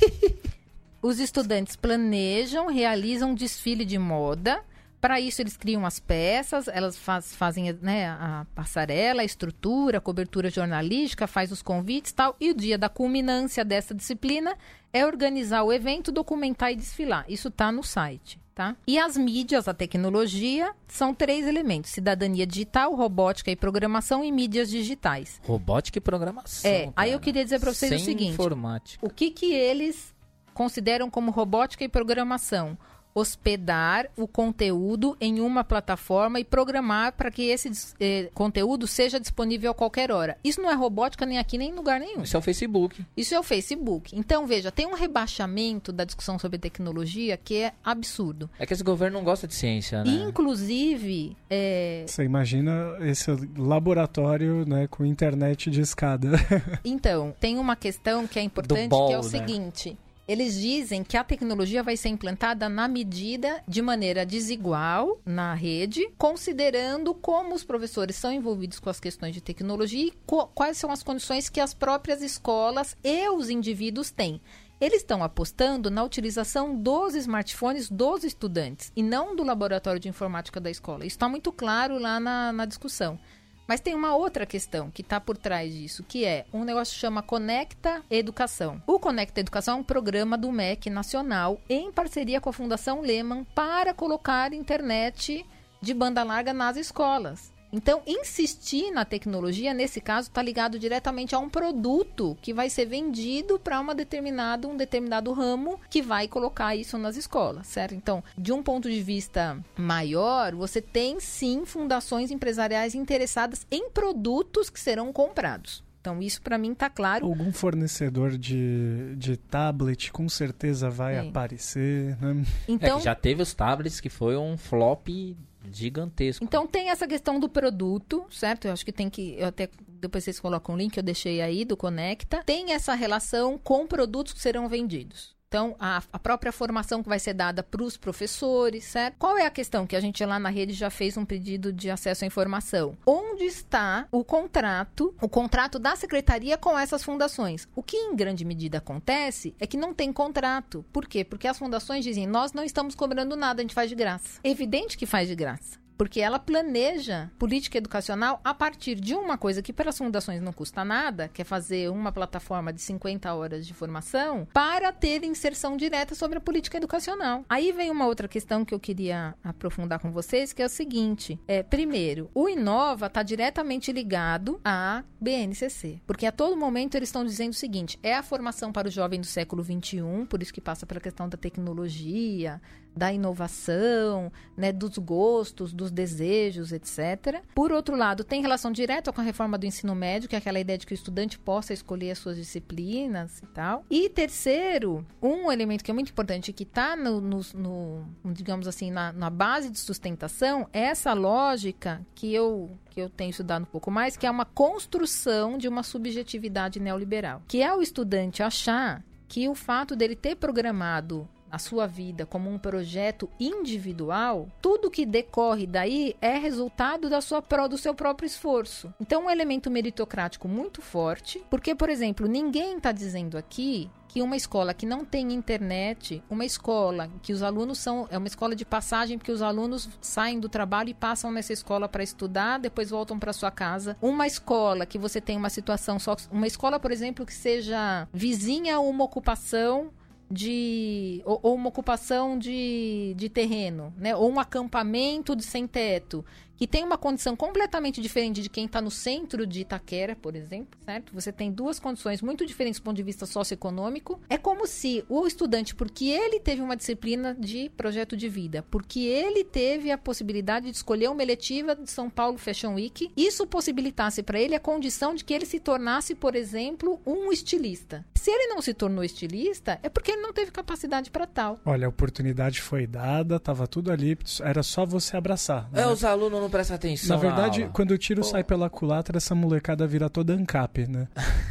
Os estudantes planejam, realizam um desfile de moda. Para isso, eles criam as peças, elas fazem, né, a passarela, a estrutura, a cobertura jornalística, faz os convites e tal. E o dia da culminância dessa disciplina é organizar o evento, documentar e desfilar. Isso está no site, tá? E as mídias, a tecnologia, são 3 elementos. Cidadania digital, robótica e programação e mídias digitais. Robótica e programação. Aí eu queria dizer para vocês o seguinte. Informática. O que eles consideram como robótica e programação? Hospedar o conteúdo em uma plataforma e programar para que esse conteúdo seja disponível a qualquer hora. Isso não é robótica nem aqui, nem em lugar nenhum. Isso é o Facebook. Isso é o Facebook. Então, veja, tem um rebaixamento da discussão sobre tecnologia que é absurdo. É que esse governo não gosta de ciência, né? Inclusive... Você imagina esse laboratório, né, com internet de escada. Então, tem uma questão que é importante, que é o seguinte... Eles dizem que a tecnologia vai ser implantada de maneira desigual na rede, considerando como os professores são envolvidos com as questões de tecnologia e quais são as condições que as próprias escolas e os indivíduos têm. Eles estão apostando na utilização dos smartphones dos estudantes e não do laboratório de informática da escola. Isso está muito claro lá na discussão. Mas tem uma outra questão que está por trás disso, que é um negócio que chama Conecta Educação. O Conecta Educação é um programa do MEC nacional em parceria com a Fundação Lehman para colocar internet de banda larga nas escolas. Então, insistir na tecnologia, nesse caso, está ligado diretamente a um produto que vai ser vendido para um determinado ramo que vai colocar isso nas escolas, certo? Então, de um ponto de vista maior, você tem, sim, fundações empresariais interessadas em produtos que serão comprados. Então, isso para mim está claro. Algum fornecedor de tablet com certeza vai aparecer, né? Então, já teve os tablets que foi um flop gigantesco. Então tem essa questão do produto, certo? Eu acho que eu até depois vocês colocam o link, eu deixei aí do Conecta, tem essa relação com produtos que serão vendidos. Então, a própria formação que vai ser dada para os professores, certo? Qual é a questão? Que a gente lá na rede já fez um pedido de acesso à informação. Onde está o contrato da secretaria com essas fundações? O que em grande medida acontece é que não tem contrato. Por quê? Porque as fundações dizem, nós não estamos cobrando nada, a gente faz de graça. É evidente que faz de graça. Porque ela planeja política educacional a partir de uma coisa que para as fundações não custa nada, que é fazer uma plataforma de 50 horas de formação, para ter inserção direta sobre a política educacional. Aí vem uma outra questão que eu queria aprofundar com vocês, que é o seguinte. Primeiro, o Inova está diretamente ligado à BNCC. Porque a todo momento eles estão dizendo o seguinte, é a formação para o jovem do século XXI, por isso que passa pela questão da tecnologia, da inovação, né, dos gostos, dos desejos, etc. Por outro lado, tem relação direta com a reforma do ensino médio, que é aquela ideia de que o estudante possa escolher as suas disciplinas e tal. E terceiro, um elemento que é muito importante, que está digamos assim, na base de sustentação, é essa lógica que eu tenho estudado um pouco mais, que é uma construção de uma subjetividade neoliberal, que é o estudante achar que o fato dele ter programado a sua vida como um projeto individual, tudo que decorre daí é resultado do seu próprio esforço. Então, um elemento meritocrático muito forte, porque, por exemplo, ninguém está dizendo aqui que uma escola que não tem internet, uma escola que os alunos é uma escola de passagem, porque os alunos saem do trabalho e passam nessa escola para estudar, depois voltam para sua casa. Uma escola que você tem uma situação uma escola, por exemplo, que seja vizinha a uma ocupação ou uma ocupação de terreno, né? Ou um acampamento de sem teto, que tem uma condição completamente diferente de quem está no centro de Itaquera, por exemplo, certo? Você tem duas condições muito diferentes do ponto de vista socioeconômico. É como se o estudante, porque ele teve uma disciplina de projeto de vida, porque ele teve a possibilidade de escolher uma eletiva de São Paulo Fashion Week, isso possibilitasse para ele a condição de que ele se tornasse, por exemplo, um estilista. Se ele não se tornou estilista, é porque ele não teve capacidade para tal. Olha, a oportunidade foi dada, tava tudo ali, era só você abraçar. Né? Os alunos não prestam atenção. Na verdade, quando o tiro sai pela culatra, essa molecada vira toda ANCAP, né?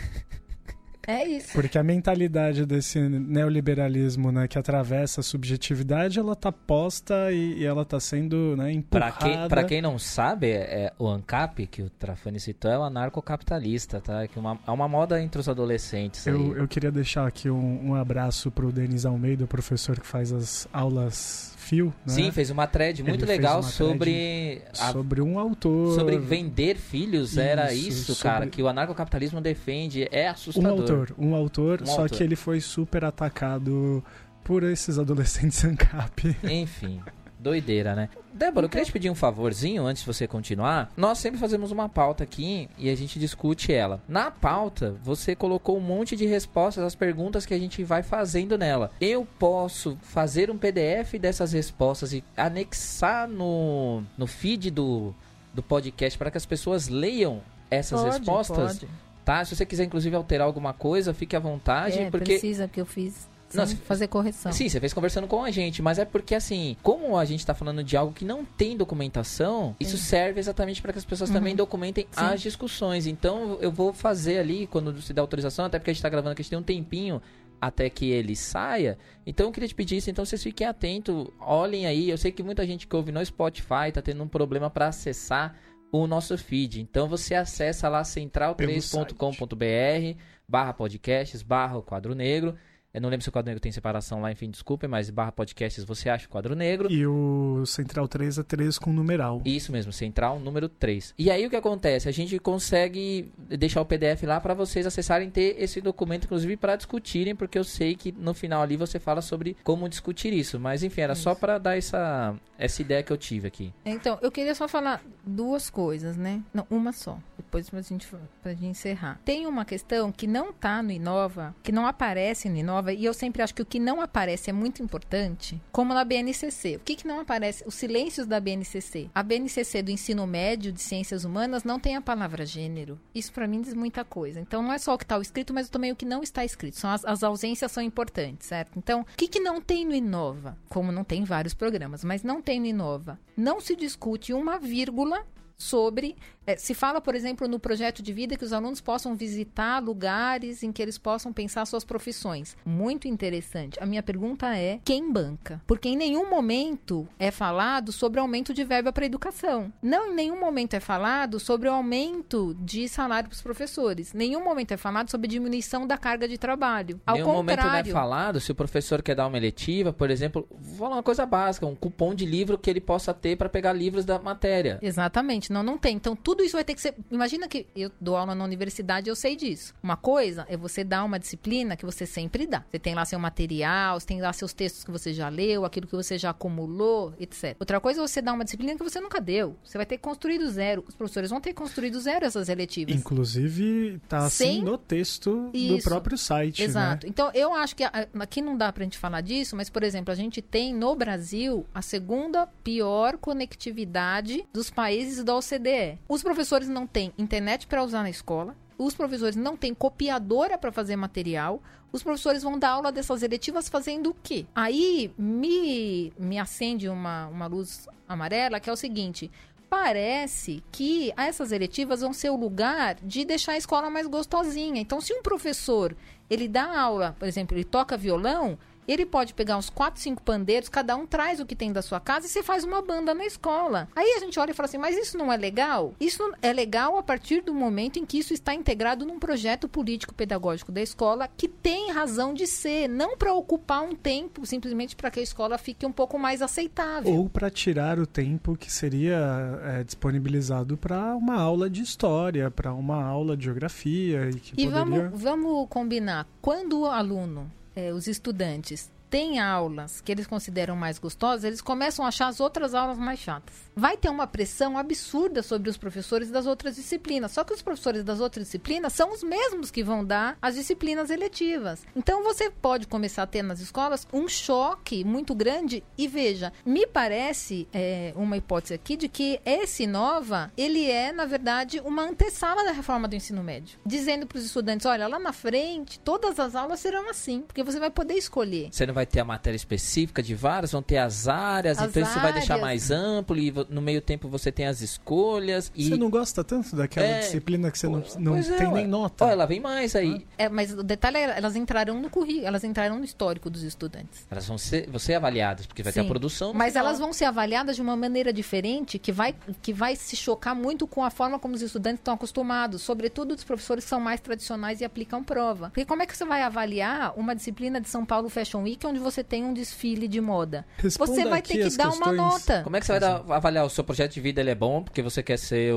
É isso. Porque a mentalidade desse neoliberalismo, né, que atravessa a subjetividade, ela tá posta e ela tá sendo, né, empurrada. Pra quem não sabe, o ANCAP, que o Trafani citou, é o anarcocapitalista, tá? Que é uma moda entre os adolescentes. Eu queria deixar aqui um abraço pro Denis Almeida, o professor que faz as aulas Fio, né? Sim, fez uma thread muito legal sobre um autor. Sobre vender filhos, era isso, cara, que o anarcocapitalismo defende, é assustador. Um autor, só que ele foi super atacado por esses adolescentes ANCAP. Enfim, doideira, né? Débora, eu queria te pedir um favorzinho antes de você continuar. Nós sempre fazemos uma pauta aqui e a gente discute ela. Na pauta, você colocou um monte de respostas às perguntas que a gente vai fazendo nela. Eu posso fazer um PDF dessas respostas e anexar no feed do podcast para que as pessoas leiam essas respostas? Pode. Tá? Se você quiser, inclusive, alterar alguma coisa, fique à vontade. Porque precisa que eu fiz... fazer correção. Sim, você fez conversando com a gente, mas é porque assim, como a gente tá falando de algo que não tem documentação, isso serve exatamente para que as pessoas também documentem as discussões. Então eu vou fazer ali, quando se der autorização, até porque a gente tá gravando aqui, a gente tem um tempinho até que ele saia. Então eu queria te pedir isso, então vocês fiquem atentos, olhem aí, eu sei que muita gente que ouve no Spotify tá tendo um problema para acessar o nosso feed. Então você acessa lá central3.com.br/podcasts/o Quadro Negro. Eu não lembro se o Quadro Negro tem separação lá, enfim, desculpem, mas /podcasts você acha o Quadro Negro. E o Central 3 é 3 com numeral. Isso mesmo, Central número 3. E aí o que acontece? A gente consegue deixar o PDF lá para vocês acessarem, ter esse documento, inclusive para discutirem, porque eu sei que no final ali você fala sobre como discutir isso. Mas enfim, era só para dar essa ideia que eu tive aqui. Então, eu queria só falar duas coisas, né? Não, uma só. Depois pra gente encerrar. Tem uma questão que não tá no Inova, que não aparece no Inova, e eu sempre acho que o que não aparece é muito importante, como na BNCC. O que não aparece? Os silêncios da BNCC. A BNCC do ensino médio de ciências humanas não tem a palavra gênero. Isso pra mim diz muita coisa. Então não é só o que está escrito, mas também o que não está escrito. As ausências são importantes, certo? Então, o que não tem no Inova? Como não tem vários programas, mas não tem no Inova. Não se discute uma vírgula sobre Se fala, por exemplo, no projeto de vida que os alunos possam visitar lugares em que eles possam pensar suas profissões. Muito interessante. A minha pergunta é, quem banca? Porque em nenhum momento é falado sobre aumento de verba para a educação. Não em nenhum momento é falado sobre o aumento de salário para os professores. Nenhum momento é falado sobre diminuição da carga de trabalho. Ao nenhum contrário, momento não é falado se o professor quer dar uma eletiva, por exemplo, vou falar uma coisa básica, um cupom de livro que ele possa ter para pegar livros da matéria. Exatamente, não tem. Então tudo isso vai ter que ser... Imagina que eu dou aula na universidade, eu sei disso. Uma coisa é você dar uma disciplina que você sempre dá. Você tem lá seu material, você tem lá seus textos que você já leu, aquilo que você já acumulou, etc. Outra coisa é você dar uma disciplina que você nunca deu. Você vai ter que construir do zero. Os professores vão ter que construir do zero essas eletivas. Inclusive, tá assim no texto do próprio site. Exato. Né? Então, eu acho que aqui não dá pra gente falar disso, mas, por exemplo, a gente tem no Brasil a segunda pior conectividade dos países da OCDE. Os professores não têm internet para usar na escola. Os professores não têm copiadora para fazer material. Os professores vão dar aula dessas eletivas fazendo o quê? Aí me acende uma luz amarela, que é o seguinte... Parece que essas eletivas vão ser o lugar de deixar a escola mais gostosinha. Então, se um professor, ele dá aula, por exemplo, ele toca violão, ele pode pegar uns 4, 5 pandeiros, cada um traz o que tem da sua casa e você faz uma banda na escola. Aí a gente olha e fala assim, mas isso não é legal? Isso é legal a partir do momento em que isso está integrado num projeto político-pedagógico da escola que tem razão de ser, não para ocupar um tempo simplesmente para que a escola fique um pouco mais aceitável. Ou para tirar o tempo que seria disponibilizado para uma aula de história, para uma aula de geografia. E vamos combinar, quando o aluno... os estudantes têm aulas que eles consideram mais gostosas, eles começam a achar as outras aulas mais chatas. Vai ter uma pressão absurda sobre os professores das outras disciplinas. Só que os professores das outras disciplinas são os mesmos que vão dar as disciplinas eletivas. Então você pode começar a ter nas escolas um choque muito grande. E veja, me parece uma hipótese aqui de que esse Inova, ele é, na verdade, uma antessala da reforma do ensino médio. Dizendo para os estudantes, olha, lá na frente, todas as aulas serão assim, porque você vai poder escolher. Você não vai ter a matéria específica de várias, vão ter as áreas, então isso vai deixar mais amplo e no meio tempo você tem as escolhas. E... Você não gosta tanto daquela disciplina que você não tem nem nota? Olha, lá vem mais aí. Mas o detalhe é, elas entrarão no currículo, elas entrarão no histórico dos estudantes. Elas vão ser avaliadas, porque vai ter a produção. Mas elas vão ser avaliadas de uma maneira diferente que vai se chocar muito com a forma como os estudantes estão acostumados, sobretudo os professores que são mais tradicionais e aplicam prova. Porque como é que você vai avaliar uma disciplina de São Paulo Fashion Week onde você tem um desfile de moda? Você vai ter que dar uma nota. Como é que você vai avaliar o seu projeto de vida? Ele é bom porque você quer ser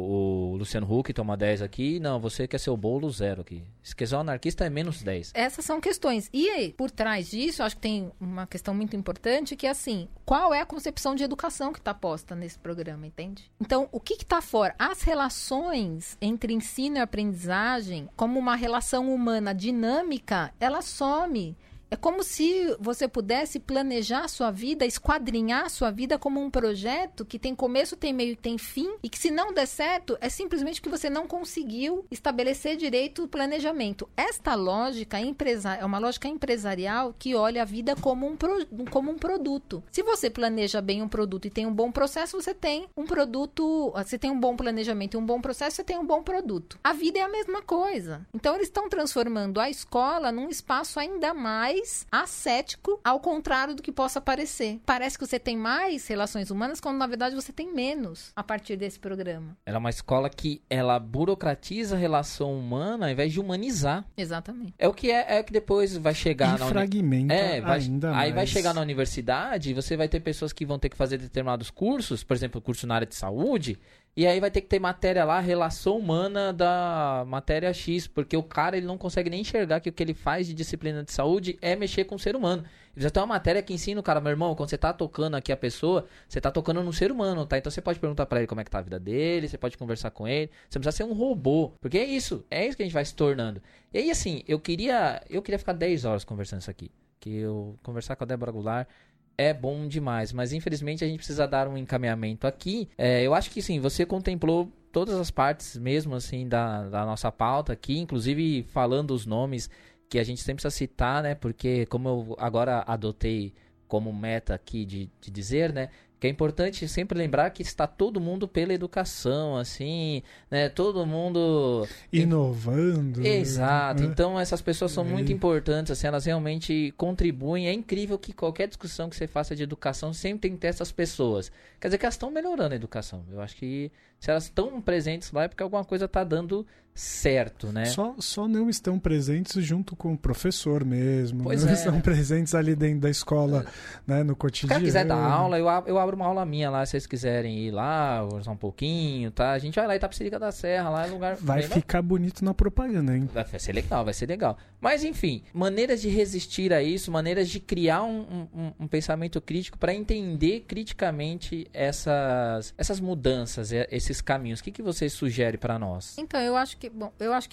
o Luciano Huck, toma 10 aqui. Não, você quer ser o Bolo 0 aqui. Se quiser o anarquista é menos 10. Essas são questões. E aí, por trás disso, eu acho que tem uma questão muito importante que é assim, qual é a concepção de educação que está posta nesse programa, entende? Então, o que está fora? As relações entre ensino e aprendizagem, como uma relação humana dinâmica, ela some. É como se você pudesse planejar a sua vida, esquadrinhar a sua vida como um projeto que tem começo, tem meio e tem fim, e que se não der certo, é simplesmente que você não conseguiu estabelecer direito o planejamento. Esta lógica é uma lógica empresarial que olha a vida como um produto. Se você planeja bem um produto e tem um bom processo, você tem um produto, você tem um bom planejamento e um bom processo, você tem um bom produto. A vida é a mesma coisa. Então, eles estão transformando a escola num espaço ainda mais ascético, ao contrário do que possa parecer. Parece que você tem mais relações humanas, quando na verdade você tem menos a partir desse programa. Ela é uma escola que ela burocratiza a relação humana ao invés de humanizar. Exatamente. É o que depois vai chegar na fragmenta ainda mais. Aí vai chegar na universidade e você vai ter pessoas que vão ter que fazer determinados cursos, por exemplo, curso na área de saúde, e aí vai ter que ter matéria lá, relação humana da matéria X, porque o cara ele não consegue nem enxergar que o que ele faz de disciplina de saúde é mexer com o ser humano. Ele já tem uma matéria que ensina o cara, meu irmão, quando você tá tocando aqui a pessoa, você tá tocando no ser humano, tá? Então você pode perguntar pra ele como é que tá a vida dele, você pode conversar com ele, você não precisa ser um robô, porque é isso que a gente vai se tornando. E aí assim, eu queria ficar 10 horas conversando isso aqui, que eu conversar com a Débora Goulart é bom demais, mas infelizmente a gente precisa dar um encaminhamento aqui. Eu acho que sim, você contemplou todas as partes mesmo assim da nossa pauta aqui, inclusive falando os nomes que a gente sempre precisa citar, né? Porque como eu agora adotei como meta aqui de dizer, né? Que é importante sempre lembrar que está todo mundo pela educação, assim, né? Todo mundo... inovando. Exato. Então, essas pessoas são muito importantes, assim, elas realmente contribuem. É incrível que qualquer discussão que você faça de educação sempre tem que ter essas pessoas. Quer dizer que elas estão melhorando a educação. Eu acho que se elas estão presentes lá é porque alguma coisa está dando certo, né? Só não estão presentes junto com o professor mesmo. Pois não é. estão presentes ali dentro da escola, né, no Se o cotidiano. cara quiser dar aula, eu abro uma aula minha lá, se vocês quiserem ir lá, conversar um pouquinho, tá? A gente vai lá em Itapecerica da Serra, lá é um lugar... Vai ficar bonito na propaganda, hein? Vai ser legal, vai ser legal. Mas, enfim, maneiras de resistir a isso, maneiras de criar um pensamento crítico para entender criticamente essas mudanças, esses caminhos. O que vocês sugerem para nós? Então, eu acho que,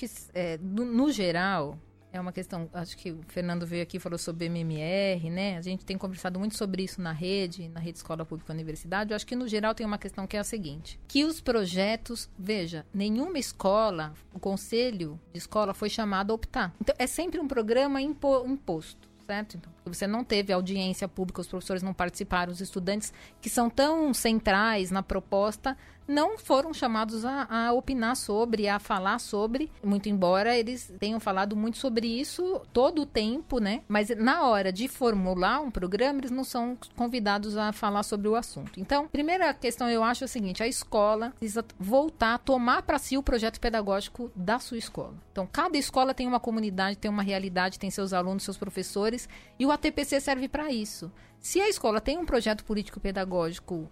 no geral, é uma questão, acho que o Fernando veio aqui e falou sobre MMR, né? A gente tem conversado muito sobre isso na rede Escola Pública Universidade. Eu acho que, no geral, tem uma questão que é a seguinte, que os projetos, veja, nenhuma escola, o conselho de escola foi chamado a optar. Então, é sempre um programa imposto. Certo? Então, você não teve audiência pública, os professores não participaram, os estudantes que são tão centrais na proposta não foram chamados a opinar sobre, a falar sobre, muito embora eles tenham falado muito sobre isso todo o tempo, né? Mas na hora de formular um programa, eles não são convidados a falar sobre o assunto. Então, primeira questão eu acho é a seguinte, a escola precisa voltar a tomar para si o projeto pedagógico da sua escola. Então, cada escola tem uma comunidade, tem uma realidade, tem seus alunos, seus professores, e o ATPC serve para isso. Se a escola tem um projeto político-pedagógico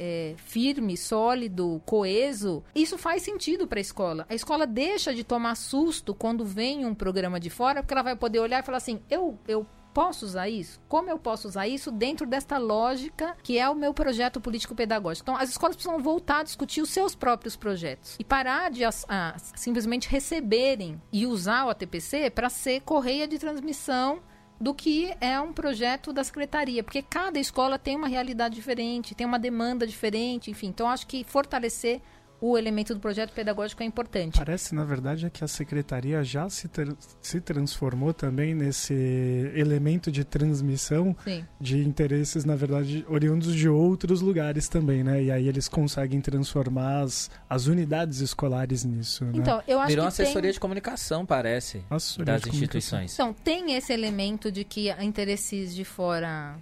firme, sólido, coeso, isso faz sentido para a escola. A escola deixa de tomar susto quando vem um programa de fora, porque ela vai poder olhar e falar assim, eu posso usar isso? Como eu posso usar isso dentro desta lógica que é o meu projeto político-pedagógico? Então, as escolas precisam voltar a discutir os seus próprios projetos e parar de simplesmente receberem e usar o ATPC para ser correia de transmissão do que é um projeto da secretaria, porque cada escola tem uma realidade diferente, tem uma demanda diferente, enfim. Então, acho que fortalecer o elemento do projeto pedagógico é importante. Parece, na verdade, que a secretaria já se transformou também nesse elemento de transmissão Sim. de interesses, na verdade, oriundos de outros lugares também, né? E aí eles conseguem transformar as unidades escolares nisso, né? Então, eu acho Virou que assessoria de comunicação, parece, das instituições. Então, tem esse elemento de que interesses de fora...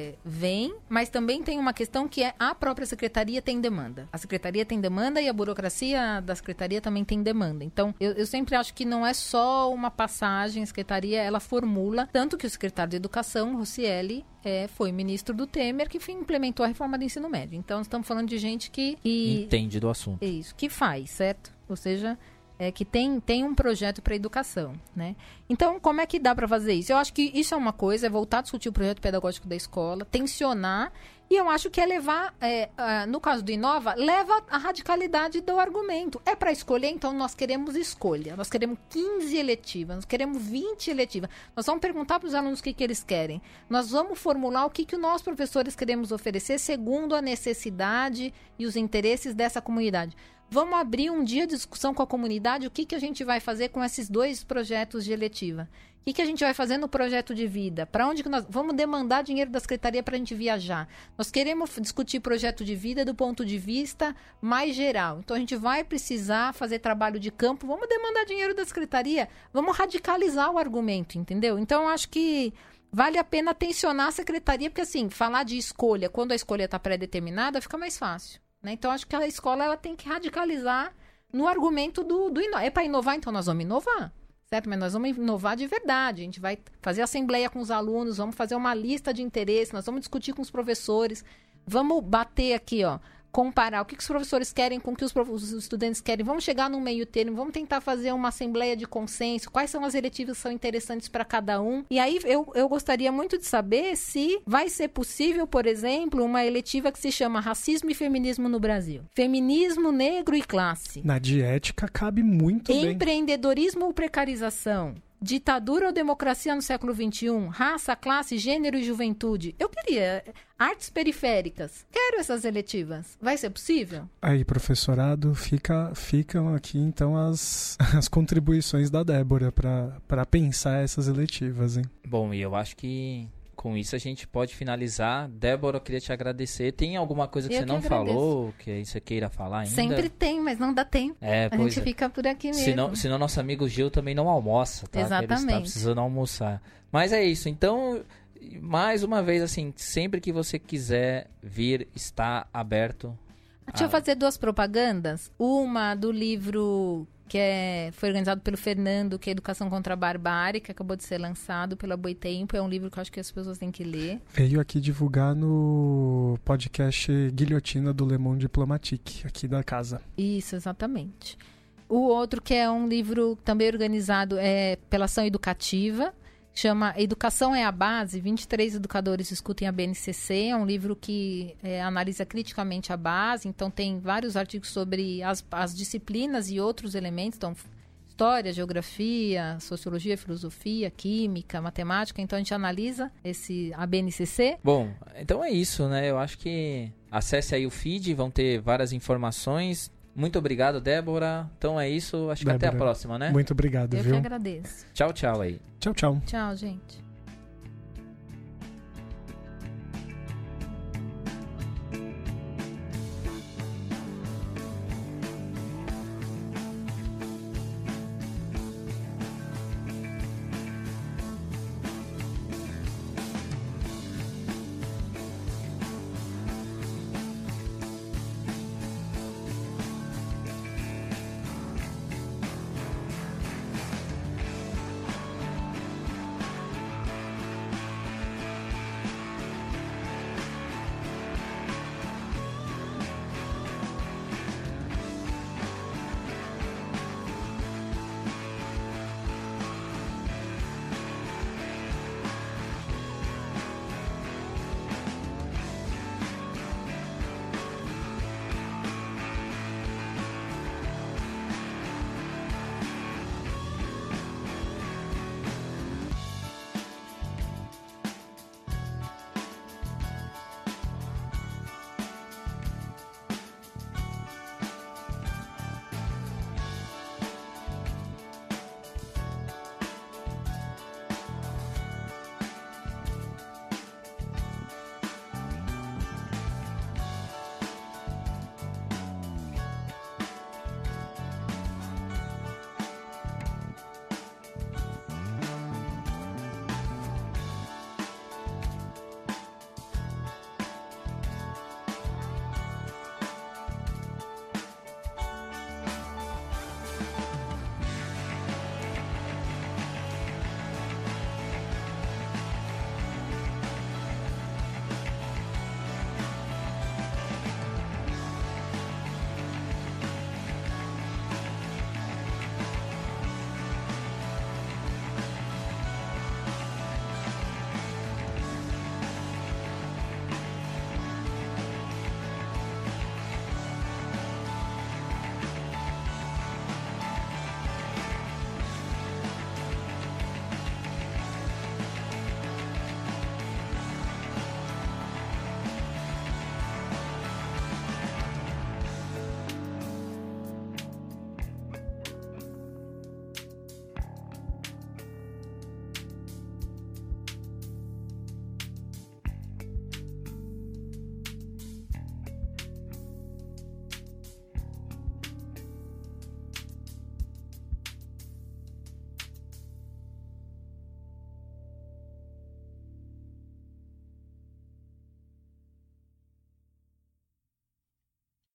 vem, mas também tem uma questão que é a própria secretaria tem demanda. A secretaria tem demanda e a burocracia da secretaria também tem demanda. Então, eu sempre acho que não é só uma passagem, a secretaria, ela formula, tanto que o secretário de Educação, Rocieli, foi ministro do Temer, que implementou a reforma do ensino médio. Então, estamos falando de gente que entende do assunto. É isso, que faz, certo? Ou seja... que tem um projeto para educação, né? Então, como é que dá para fazer isso? Eu acho que isso é uma coisa, é voltar a discutir o projeto pedagógico da escola, tensionar, e eu acho que é levar, no caso do Inova, leva a radicalidade do argumento. É para escolher, então nós queremos escolha, nós queremos 15 eletivas, nós queremos 20 eletivas, nós vamos perguntar para os alunos o que eles querem, nós vamos formular o que nós professores queremos oferecer segundo a necessidade e os interesses dessa comunidade. Vamos abrir um dia de discussão com a comunidade, o que a gente vai fazer com esses 2 projetos de eletiva. O que a gente vai fazer no projeto de vida? Para onde que nós vamos demandar dinheiro da secretaria para a gente viajar? Nós queremos discutir projeto de vida do ponto de vista mais geral. Então, a gente vai precisar fazer trabalho de campo. Vamos demandar dinheiro da secretaria. Vamos radicalizar o argumento, entendeu? Então, eu acho que vale a pena tensionar a secretaria, porque, assim, falar de escolha, quando a escolha está pré-determinada, fica mais fácil. Então, acho que a escola ela tem que radicalizar no argumento do inovar. É para inovar, então nós vamos inovar, certo? Mas nós vamos inovar de verdade. A gente vai fazer assembleia com os alunos, vamos fazer uma lista de interesse, nós vamos discutir com os professores, vamos bater aqui, comparar o que os professores querem com o que os estudantes querem. Vamos chegar num meio termo, vamos tentar fazer uma assembleia de consenso, quais são as eletivas que são interessantes para cada um. E aí eu gostaria muito de saber se vai ser possível, por exemplo, uma eletiva que se chama Racismo e Feminismo no Brasil. Feminismo, negro e classe. Na diética cabe muito bem. Empreendedorismo ou precarização? Ditadura ou democracia no século XXI? Raça, classe, gênero e juventude? Eu queria artes periféricas. Quero essas eletivas. Vai ser possível? Aí, professorado, ficam aqui, então, as contribuições da Débora para pensar essas eletivas, hein? Bom, e eu acho que com isso a gente pode finalizar. Débora, eu queria te agradecer. Tem alguma coisa que Eu você que não agradeço. falou, que você queira falar ainda? Sempre tem, mas não dá tempo. A gente fica por aqui mesmo. Senão nosso amigo Gil também não almoça, tá? Exatamente. Que ele está precisando almoçar. Mas é isso. Então, mais uma vez, assim, sempre que você quiser vir, está aberto. Deixa eu fazer 2 propagandas. Uma do livro que foi organizado pelo Fernando, que é Educação contra a Barbárie, que acabou de ser lançado pela Boitempo. É um livro que eu acho que as pessoas têm que ler. Veio aqui divulgar no podcast Guilhotina do Le Monde Diplomatique, aqui da casa. Isso, exatamente. O outro que é um livro também organizado pela Ação Educativa, chama Educação é a Base, 23 educadores discutem a BNCC, é um livro que analisa criticamente a base, então tem vários artigos sobre as disciplinas e outros elementos, então história, geografia, sociologia, filosofia, química, matemática, então a gente analisa a BNCC. Bom, então é isso, né? Eu acho que acesse aí o feed, vão ter várias informações. Muito obrigado, Débora. Então é isso, acho que até a próxima, né? Muito obrigado, Eu viu? que agradeço. Tchau, tchau aí. Tchau, tchau. Tchau, gente.